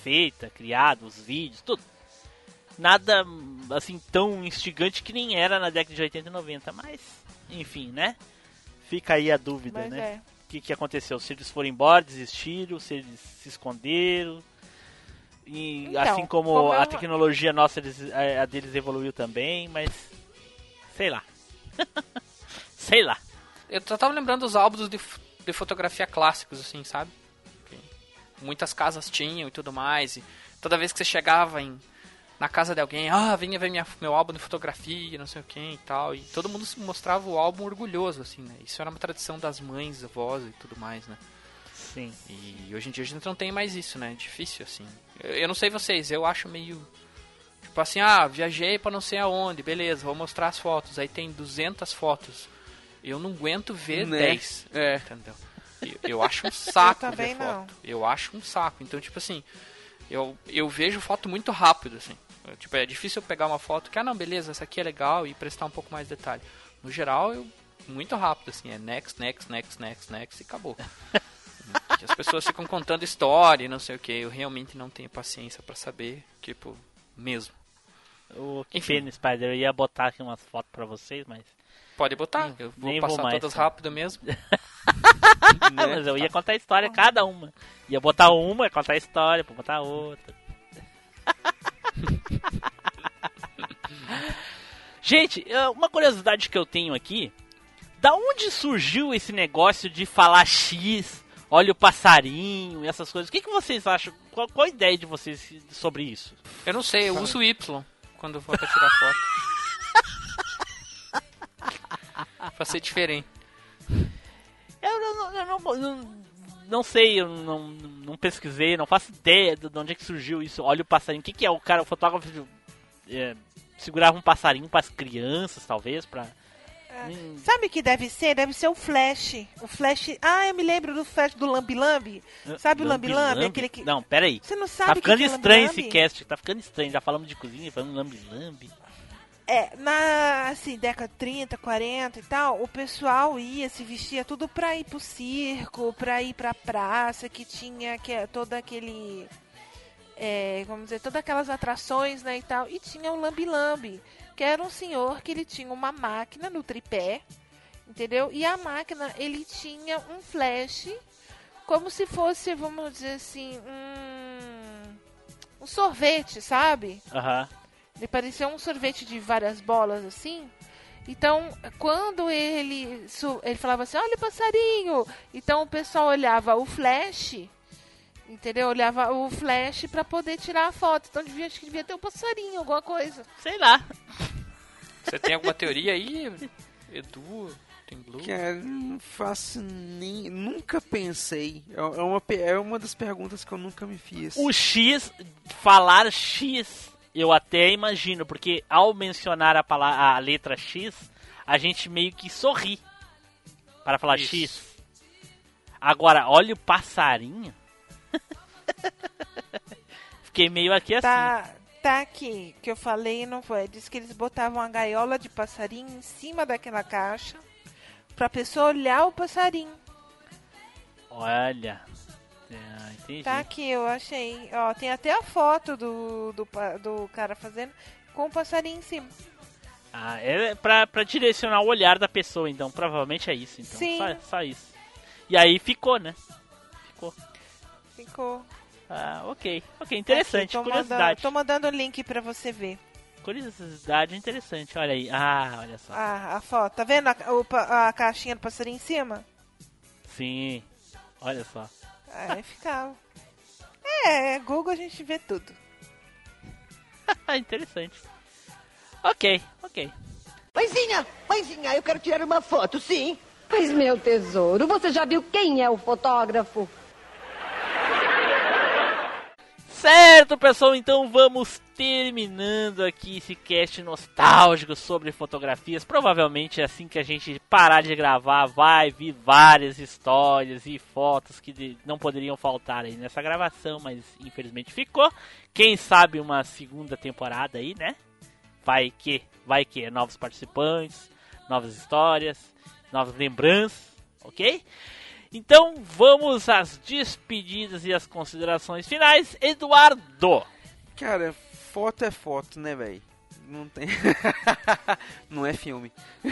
feita, criada, os vídeos, tudo. Nada, assim, tão instigante que nem era na década de 80 e 90, mas, enfim, né? Fica aí a dúvida, Mas né? O que aconteceu? Se eles foram embora, desistiram, se eles se esconderam. E Então, assim como como a tecnologia nossa, a deles evoluiu também, mas sei lá. Sei lá. Eu só tava lembrando dos álbuns de fotografia clássicos, assim, sabe? Que muitas casas tinham e tudo mais. E toda vez que você chegava na casa de alguém, venha ver meu álbum de fotografia, não sei o que e tal. E todo mundo se mostrava o álbum orgulhoso, assim, né? Isso era uma tradição das mães, avós e tudo mais, né? Sim. E hoje em dia a gente não tem mais isso, né? É difícil, assim. Eu não sei vocês, eu acho meio... Tipo assim, viajei pra não sei aonde, beleza, vou mostrar as fotos. Aí tem 200 fotos. Eu não aguento ver 10. Entendeu? Eu acho um saco ver foto. Eu acho um saco. Então, tipo assim, eu vejo foto muito rápido, assim. Tipo, é difícil eu pegar uma foto que, não, beleza, essa aqui é legal e prestar um pouco mais de detalhe. No geral, muito rápido, assim, é next e acabou. Que as pessoas ficam contando história e não sei o que. Eu realmente não tenho paciência pra saber, tipo, mesmo. Que pena, Spider. Eu ia botar aqui umas fotos pra vocês, mas... Pode botar, eu vou passar mais, todas rápido mesmo. Mas eu ia contar a história, cada uma. Ia botar uma, contar a história, pra botar outra. Gente, uma curiosidade que eu tenho aqui. Da onde surgiu esse negócio de falar X, olha o passarinho, essas coisas? O que vocês acham? Qual a ideia de vocês sobre isso? Eu não sei, eu uso Y quando eu vou pra tirar foto. Pra ser diferente. Eu não sei, eu não pesquisei, não faço ideia de onde é que surgiu isso. Olha o passarinho. O que é? O fotógrafo segurava um passarinho para as crianças, talvez, pra... Sabe o que deve ser? Deve ser o Flash. O Flash... eu me lembro do Flash do Lambi Lambi. Sabe o Lambi Lambi? Aquele que... Não, peraí. Você não sabe tá ficando que estranho é esse cast. Tá ficando estranho. Já falamos de cozinha, falamos Lambi Lambi. Assim, década 30, 40 e tal, o pessoal se vestia tudo pra ir pro circo, pra ir pra praça, que tinha todo aquele... vamos dizer, todas aquelas atrações, né, e tal. E tinha o Lambi Lambi, que era um senhor que ele tinha uma máquina no tripé, entendeu? E a máquina, ele tinha um flash, como se fosse, vamos dizer assim, um sorvete, sabe? Aham. Ele parecia um sorvete de várias bolas, assim. Então, quando ele falava assim, olha o passarinho. Então, o pessoal olhava o flash, entendeu? Olhava o flash pra poder tirar a foto. Então, acho que devia ter um passarinho, alguma coisa. Sei lá. Você tem alguma teoria aí, Edu? Tem Blue? Cara, não faço nem... Nunca pensei. É uma das perguntas que eu nunca me fiz. O X, falar X... Eu até imagino, porque ao mencionar a letra X, a gente meio que sorri para falar Isso. X. Agora, olha o passarinho. Fiquei meio aqui assim. Tá aqui, que eu falei, não foi. Diz que eles botavam a gaiola de passarinho em cima daquela caixa pra pessoa olhar o passarinho. Olha... entendi. Tá aqui, eu achei. Ó, tem até a foto do cara fazendo com o passarinho em cima. É pra direcionar o olhar da pessoa, então. Provavelmente é isso, então. Sim. Só isso. E aí ficou, né? Ficou. Ok. Interessante, aqui, curiosidade. Tô mandando o link pra você ver. Curiosidade interessante, olha aí. Olha só. A foto. Tá vendo a caixinha do passarinho em cima? Sim, olha só. Aí ficava. Google a gente vê tudo. Interessante. Ok. Mãezinha, eu quero tirar uma foto, sim. Mas, meu tesouro, você já viu quem é o fotógrafo? Certo, pessoal, então vamos terminando aqui esse cast nostálgico sobre fotografias. Provavelmente assim que a gente parar de gravar, vai vir várias histórias e fotos que não poderiam faltar aí nessa gravação, mas infelizmente ficou. Quem sabe uma segunda temporada aí, né? Vai que, novos participantes, novas histórias, novas lembranças, ok? Então vamos às despedidas e as considerações finais. Eduardo. Cara, foto é foto, né, velho? Não tem... Não é filme.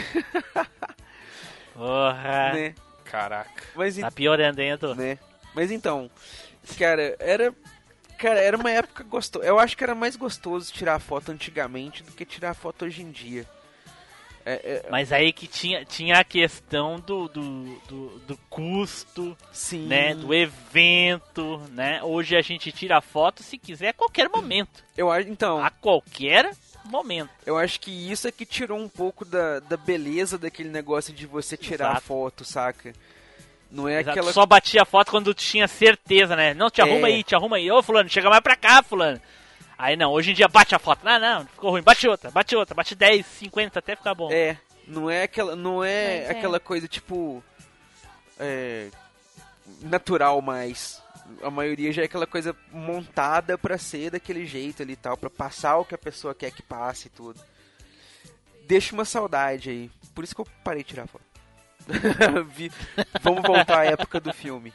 Porra. Né? Caraca. Mas, Tá piorando, hein, Edu? né? Mas então, cara, era uma época gostosa. Eu acho que era mais gostoso tirar foto antigamente do que tirar foto hoje em dia. Mas aí que tinha a questão do custo, Sim. né? Do evento, né? Hoje a gente tira foto se quiser a qualquer momento. Então, A qualquer momento. eu acho que isso é que tirou um pouco da beleza daquele negócio de você tirar Exato. foto, saca? Não é Exato. aquela... Só batia a foto quando tinha certeza, né? Não, te arruma aí. Ô, fulano, chega mais pra cá, fulano. Aí não, hoje em dia bate a foto. Não, ficou ruim. Bate outra. Bate 10, 50 até ficar bom. Não é aquela coisa tipo natural mais. A maioria já é aquela coisa montada pra ser daquele jeito ali e tal, pra passar o que a pessoa quer que passe e tudo. Deixa uma saudade aí. Por isso que eu parei de tirar foto. Vamos voltar à época do filme.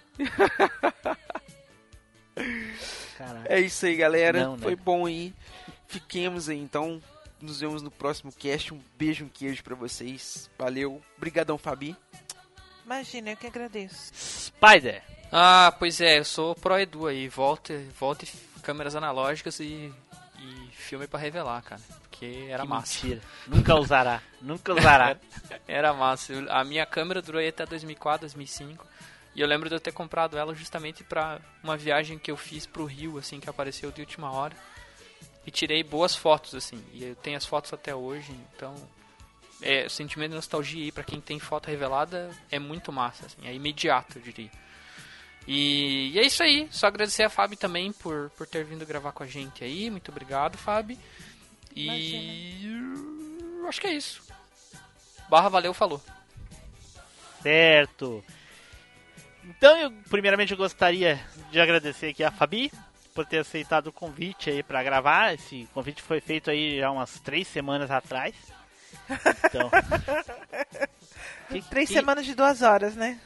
Caraca. É isso aí, galera. Não, né? Foi bom aí. Fiquemos aí, então. Nos vemos no próximo cast. Um beijo, um queijo pra vocês. Valeu. Obrigadão, Fabi. Imagina, eu que agradeço. Spider. Ah, pois é, eu sou pro Edu aí. Volta câmeras analógicas e filme pra revelar, cara. Porque era Que massa. mentira. Nunca usará. Era massa. A minha câmera durou aí até 2004, 2005. E eu lembro de eu ter comprado ela justamente pra uma viagem que eu fiz pro Rio, assim, que apareceu de última hora. E tirei boas fotos, assim. E eu tenho as fotos até hoje, então... o sentimento de nostalgia aí pra quem tem foto revelada é muito massa, assim. É imediato, eu diria. E é isso aí. Só agradecer a Fabi também por ter vindo gravar com a gente aí. Muito obrigado, Fabi. E... acho que é isso. Valeu, falou. Certo. Então, primeiramente eu gostaria de agradecer aqui a Fabi por ter aceitado o convite aí pra gravar. Esse convite foi feito aí há umas 3 semanas atrás. Então... 3 semanas de 2 horas, né?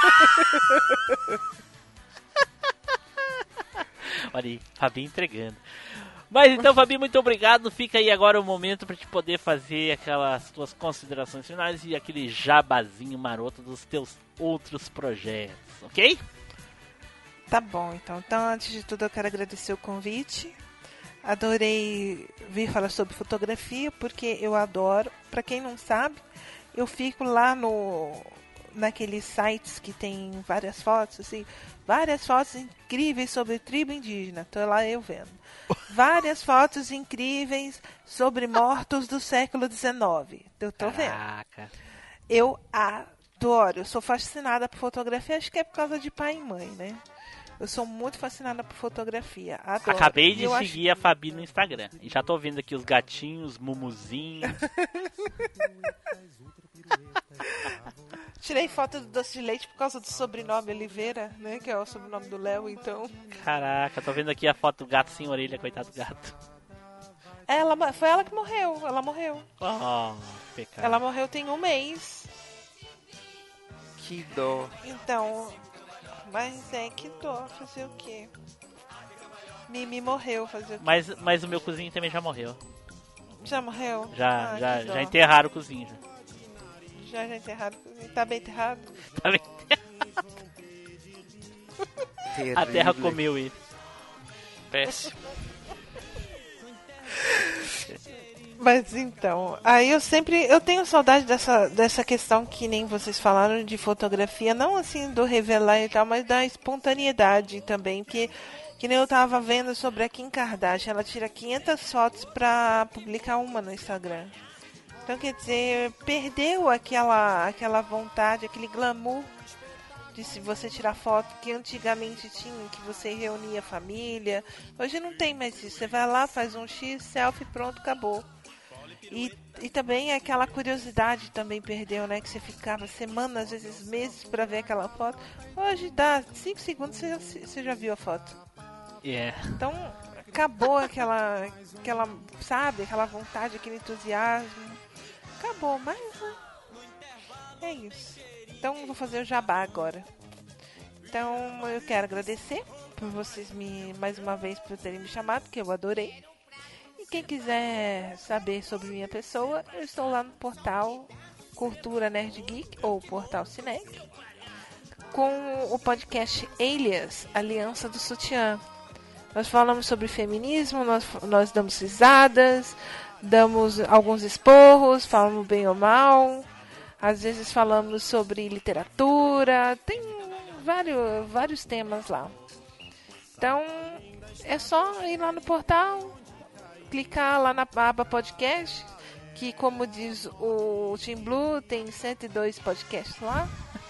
Olha aí, Fabi entregando. Mas então, Fabi, muito obrigado. Fica aí agora o momento pra te poder fazer aquelas tuas considerações finais e aquele jabazinho maroto dos teus outros projetos, ok? Tá bom, então. Então, antes de tudo, eu quero agradecer o convite. Adorei vir falar sobre fotografia, porque eu adoro. Pra quem não sabe, eu fico lá naqueles sites que tem várias fotos, assim, várias fotos incríveis sobre tribo indígena. Tô lá eu vendo. Várias fotos incríveis sobre mortos do século XIX. Eu tô Caraca. vendo. Eu adoro. Eu sou fascinada por fotografia. Acho que é por causa de pai e mãe, né? Eu sou muito fascinada por fotografia. Adoro. Acabei de seguir a Fabi no Instagram. E já tô vendo aqui os gatinhos, mumuzinhos. Tirei foto do doce de leite por causa do sobrenome Oliveira, né? Que é o sobrenome do Léo, então... Caraca, tô vendo aqui a foto do gato sem orelha, coitado do gato. Foi ela que morreu. Ela morreu. Oh, pecado. Ela morreu tem 1 mês. Que dó. Então... Mas que dó. Fazer o quê? Mimi morreu. Fazer o quê? Mas o meu cozinho também já morreu. Já morreu? Já enterraram o cozinho. Já enterraram. Tá bem enterrado? Tá bem enterrado. A terra comeu ele. Péssimo. Mas então, aí eu tenho saudade dessa questão que nem vocês falaram de fotografia, não assim do revelar e tal, mas da espontaneidade também, porque que nem eu tava vendo sobre a Kim Kardashian, ela tira 500 fotos pra publicar uma no Instagram. Então, quer dizer, perdeu aquela vontade, aquele glamour de se você tirar foto que antigamente tinha, que você reunia a família. Hoje não tem mais isso. Você vai lá, faz um X, selfie, pronto, acabou. E também aquela curiosidade também perdeu, né? Que você ficava semanas, às vezes meses pra ver aquela foto. Hoje dá 5 segundos, você já viu a foto. Yeah. Então, acabou aquela, sabe, aquela vontade, aquele entusiasmo. Acabou, mas é isso. Então, vou fazer o jabá agora. Então eu quero agradecer por vocês mais uma vez por terem me chamado, que eu adorei. E quem quiser saber sobre minha pessoa, eu estou lá no portal Cultura Nerd Geek ou Portal Cinec, com o podcast Alias, Aliança do Sutiã. Nós falamos sobre feminismo, nós damos risadas, damos alguns esporros, falamos bem ou mal, às vezes falamos sobre literatura, tem vários temas lá. Então, é só ir lá no portal, clicar lá na aba podcast, que como diz o Team Blue, tem 102 podcasts lá.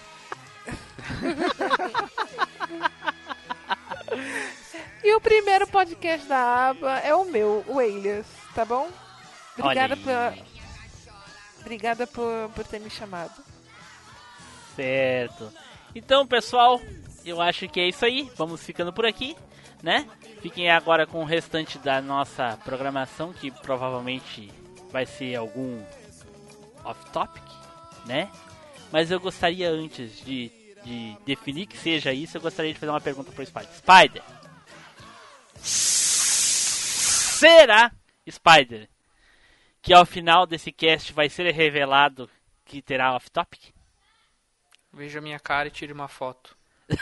E o primeiro podcast da aba é o meu, o Alias, tá bom? Obrigada por ter me chamado. Certo. Então, pessoal, eu acho que é isso aí. Vamos ficando por aqui, né? Fiquem agora com o restante da nossa programação, que provavelmente vai ser algum off-topic, né? Mas eu gostaria, antes de definir que seja isso, eu gostaria de fazer uma pergunta pro Spider. Spider! Será, Spider, que ao final desse cast vai ser revelado que terá off-topic? Veja a minha cara e tire uma foto.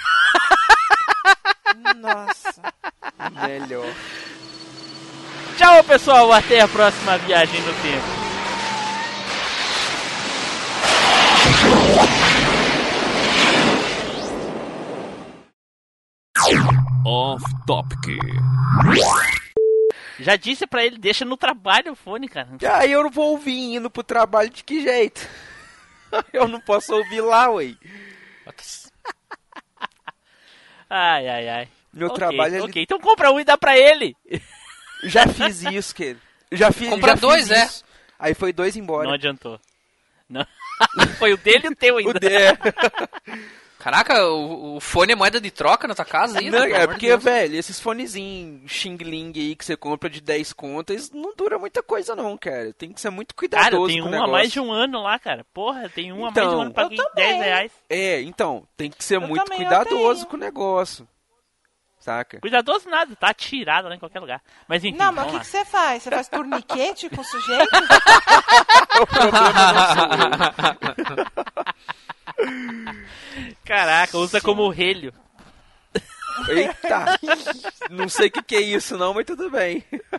Nossa. Melhor. Tchau, pessoal. Até a próxima viagem no tempo. Off Topic. Já disse pra ele, deixa no trabalho o fone, cara. Aí eu não vou ouvir indo pro trabalho de que jeito? Eu não posso ouvir lá, ué. Ai. Meu trabalho... Ok, então compra um e dá pra ele. Já fiz isso, querido. Compra dois, fiz isso. Aí foi 2 embora. Não adiantou. Não. Foi o dele e o teu ainda. O dele. Caraca, o fone é moeda de troca na tua casa ainda? Não, é porque, velho, esses fonezinhos Xing Ling aí que você compra de 10 contas não dura muita coisa não, cara. Tem que ser muito cuidadoso com o negócio. Cara, tem um há mais de um ano lá, cara. Porra, tem um há mais de um ano, paguei R$10. É, então, tem que ser muito cuidadoso com o negócio. Saca? Cuidadoso nada, tá atirado lá em qualquer lugar. Mas enfim, não, mas o que você faz? Você faz torniquete com o sujeito? O problema não sou eu. Caraca, usa como relho. Eita! Não sei o que é isso não, mas tudo bem.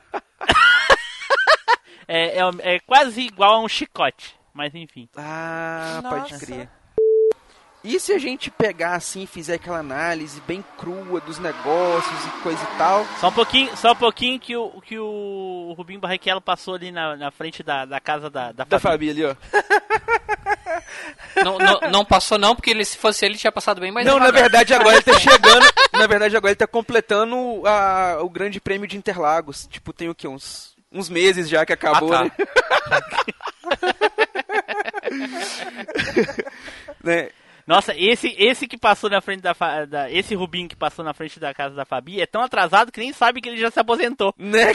É quase igual a um chicote, mas enfim. Ah, Nossa. Pode crer. E se a gente pegar assim e fizer aquela análise bem crua dos negócios e coisa e tal? Só um pouquinho que o Rubinho Barrichello passou ali na frente da casa da Fabi ali, ó. Não passou não, porque se fosse ele tinha passado bem mais Não, devagar. na verdade agora ele tá chegando. Na verdade agora ele tá completando o Grande Prêmio de Interlagos. Tipo, tem o quê? Uns meses já que acabou. Ah, tá. Né? Nossa, esse que passou na frente esse Rubinho que passou na frente da casa da Fabi é tão atrasado que nem sabe que ele já se aposentou. Né?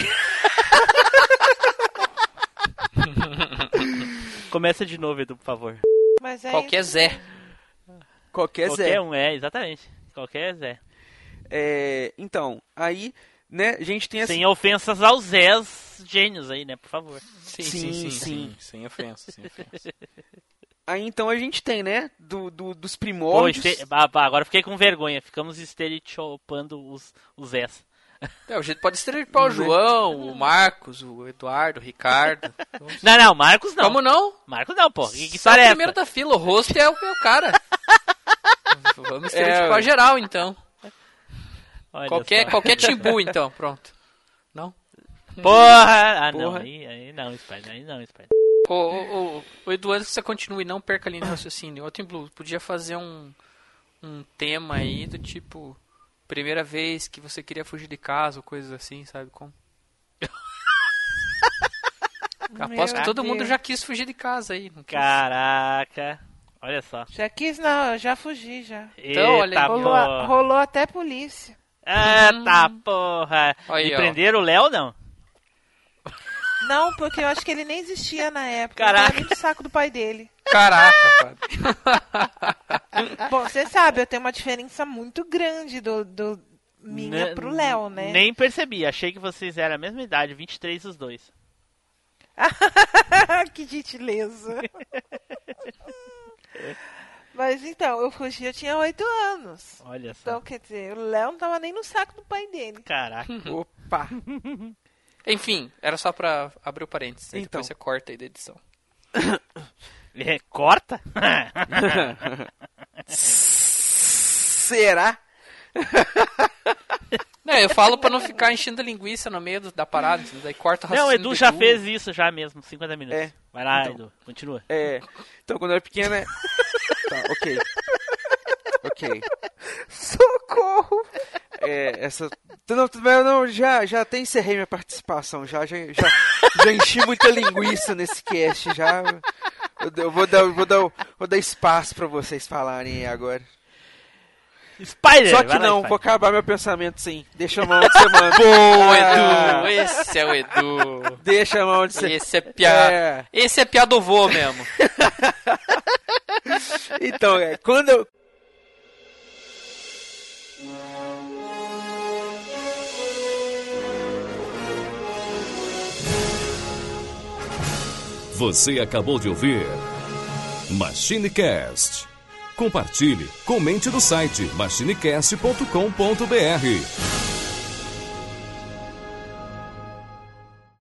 Começa de novo, Edu, por favor. Mas é Qualquer isso. Zé. Qualquer Zé. Qualquer um, exatamente. Qualquer Zé. Então, aí, né, a gente tem Sem ofensas aos Zés gênios aí, né, por favor. Sim. Sem ofensa. Aí então a gente tem, né, dos primórdios. Agora fiquei com vergonha. Ficamos estereotipando os Zés. O jeito pode estereotipar o João, o Marcos, o Eduardo, o Ricardo. Não, Marcos não. Como não? Marcos não, pô. Que Só história o é essa? primeiro da fila, o rosto é o cara. Vamos estereotipar geral, então. Olha Qualquer timbu, então, pronto. Não? Porra! Não, Porra. aí não, Spider. O Edu, antes que você continue, não perca ali no raciocínio. O Team Blue podia fazer um tema aí do tipo... Primeira vez que você queria fugir de casa ou coisas assim, sabe como? Aposto que todo mundo já quis fugir de casa aí. Não quis? Caraca. Olha só. Já quis, não, eu já fugi já. Então, olha aí. Porra. Rolou até polícia. Eita porra. Aí, E ó. prenderam o Léo, não? Não, porque eu acho que ele nem existia na época. Caraca. Eu tava nem do saco do pai dele. Caraca, cara. Bom, você sabe, eu tenho uma diferença muito grande do minha pro Léo, né? Nem percebi, achei que vocês eram a mesma idade, 23 os dois. Que gentileza. Mas então, eu tinha 8 anos. Olha só. Então, quer dizer, o Léo não tava nem no saco do pai dele. Caraca. Opa! Enfim, era só pra abrir o parênteses. Né? Então. Depois você corta aí da edição. Corta? Será? Não, eu falo pra não ficar enchendo a linguiça no meio da parada. Daí corta o Não, o raciocínio Edu do já fez isso já mesmo, 50 minutos. É. Vai lá, Então. Edu, continua. Então, quando eu era pequeno, né? Tá, ok. Socorro! Não, já até encerrei minha participação, já enchi muita linguiça nesse cast, já. Eu vou dar espaço pra vocês falarem aí agora. Spider! Só que vai lá, não, Spider. vou acabar meu pensamento sim. Deixa a mão onde você manda. Boa, Edu! Esse é o Edu. Deixa a mão onde você... Esse é piadovô mesmo. Então, quando eu... Você acabou de ouvir MachineCast. Compartilhe, comente no site machinecast.com.br.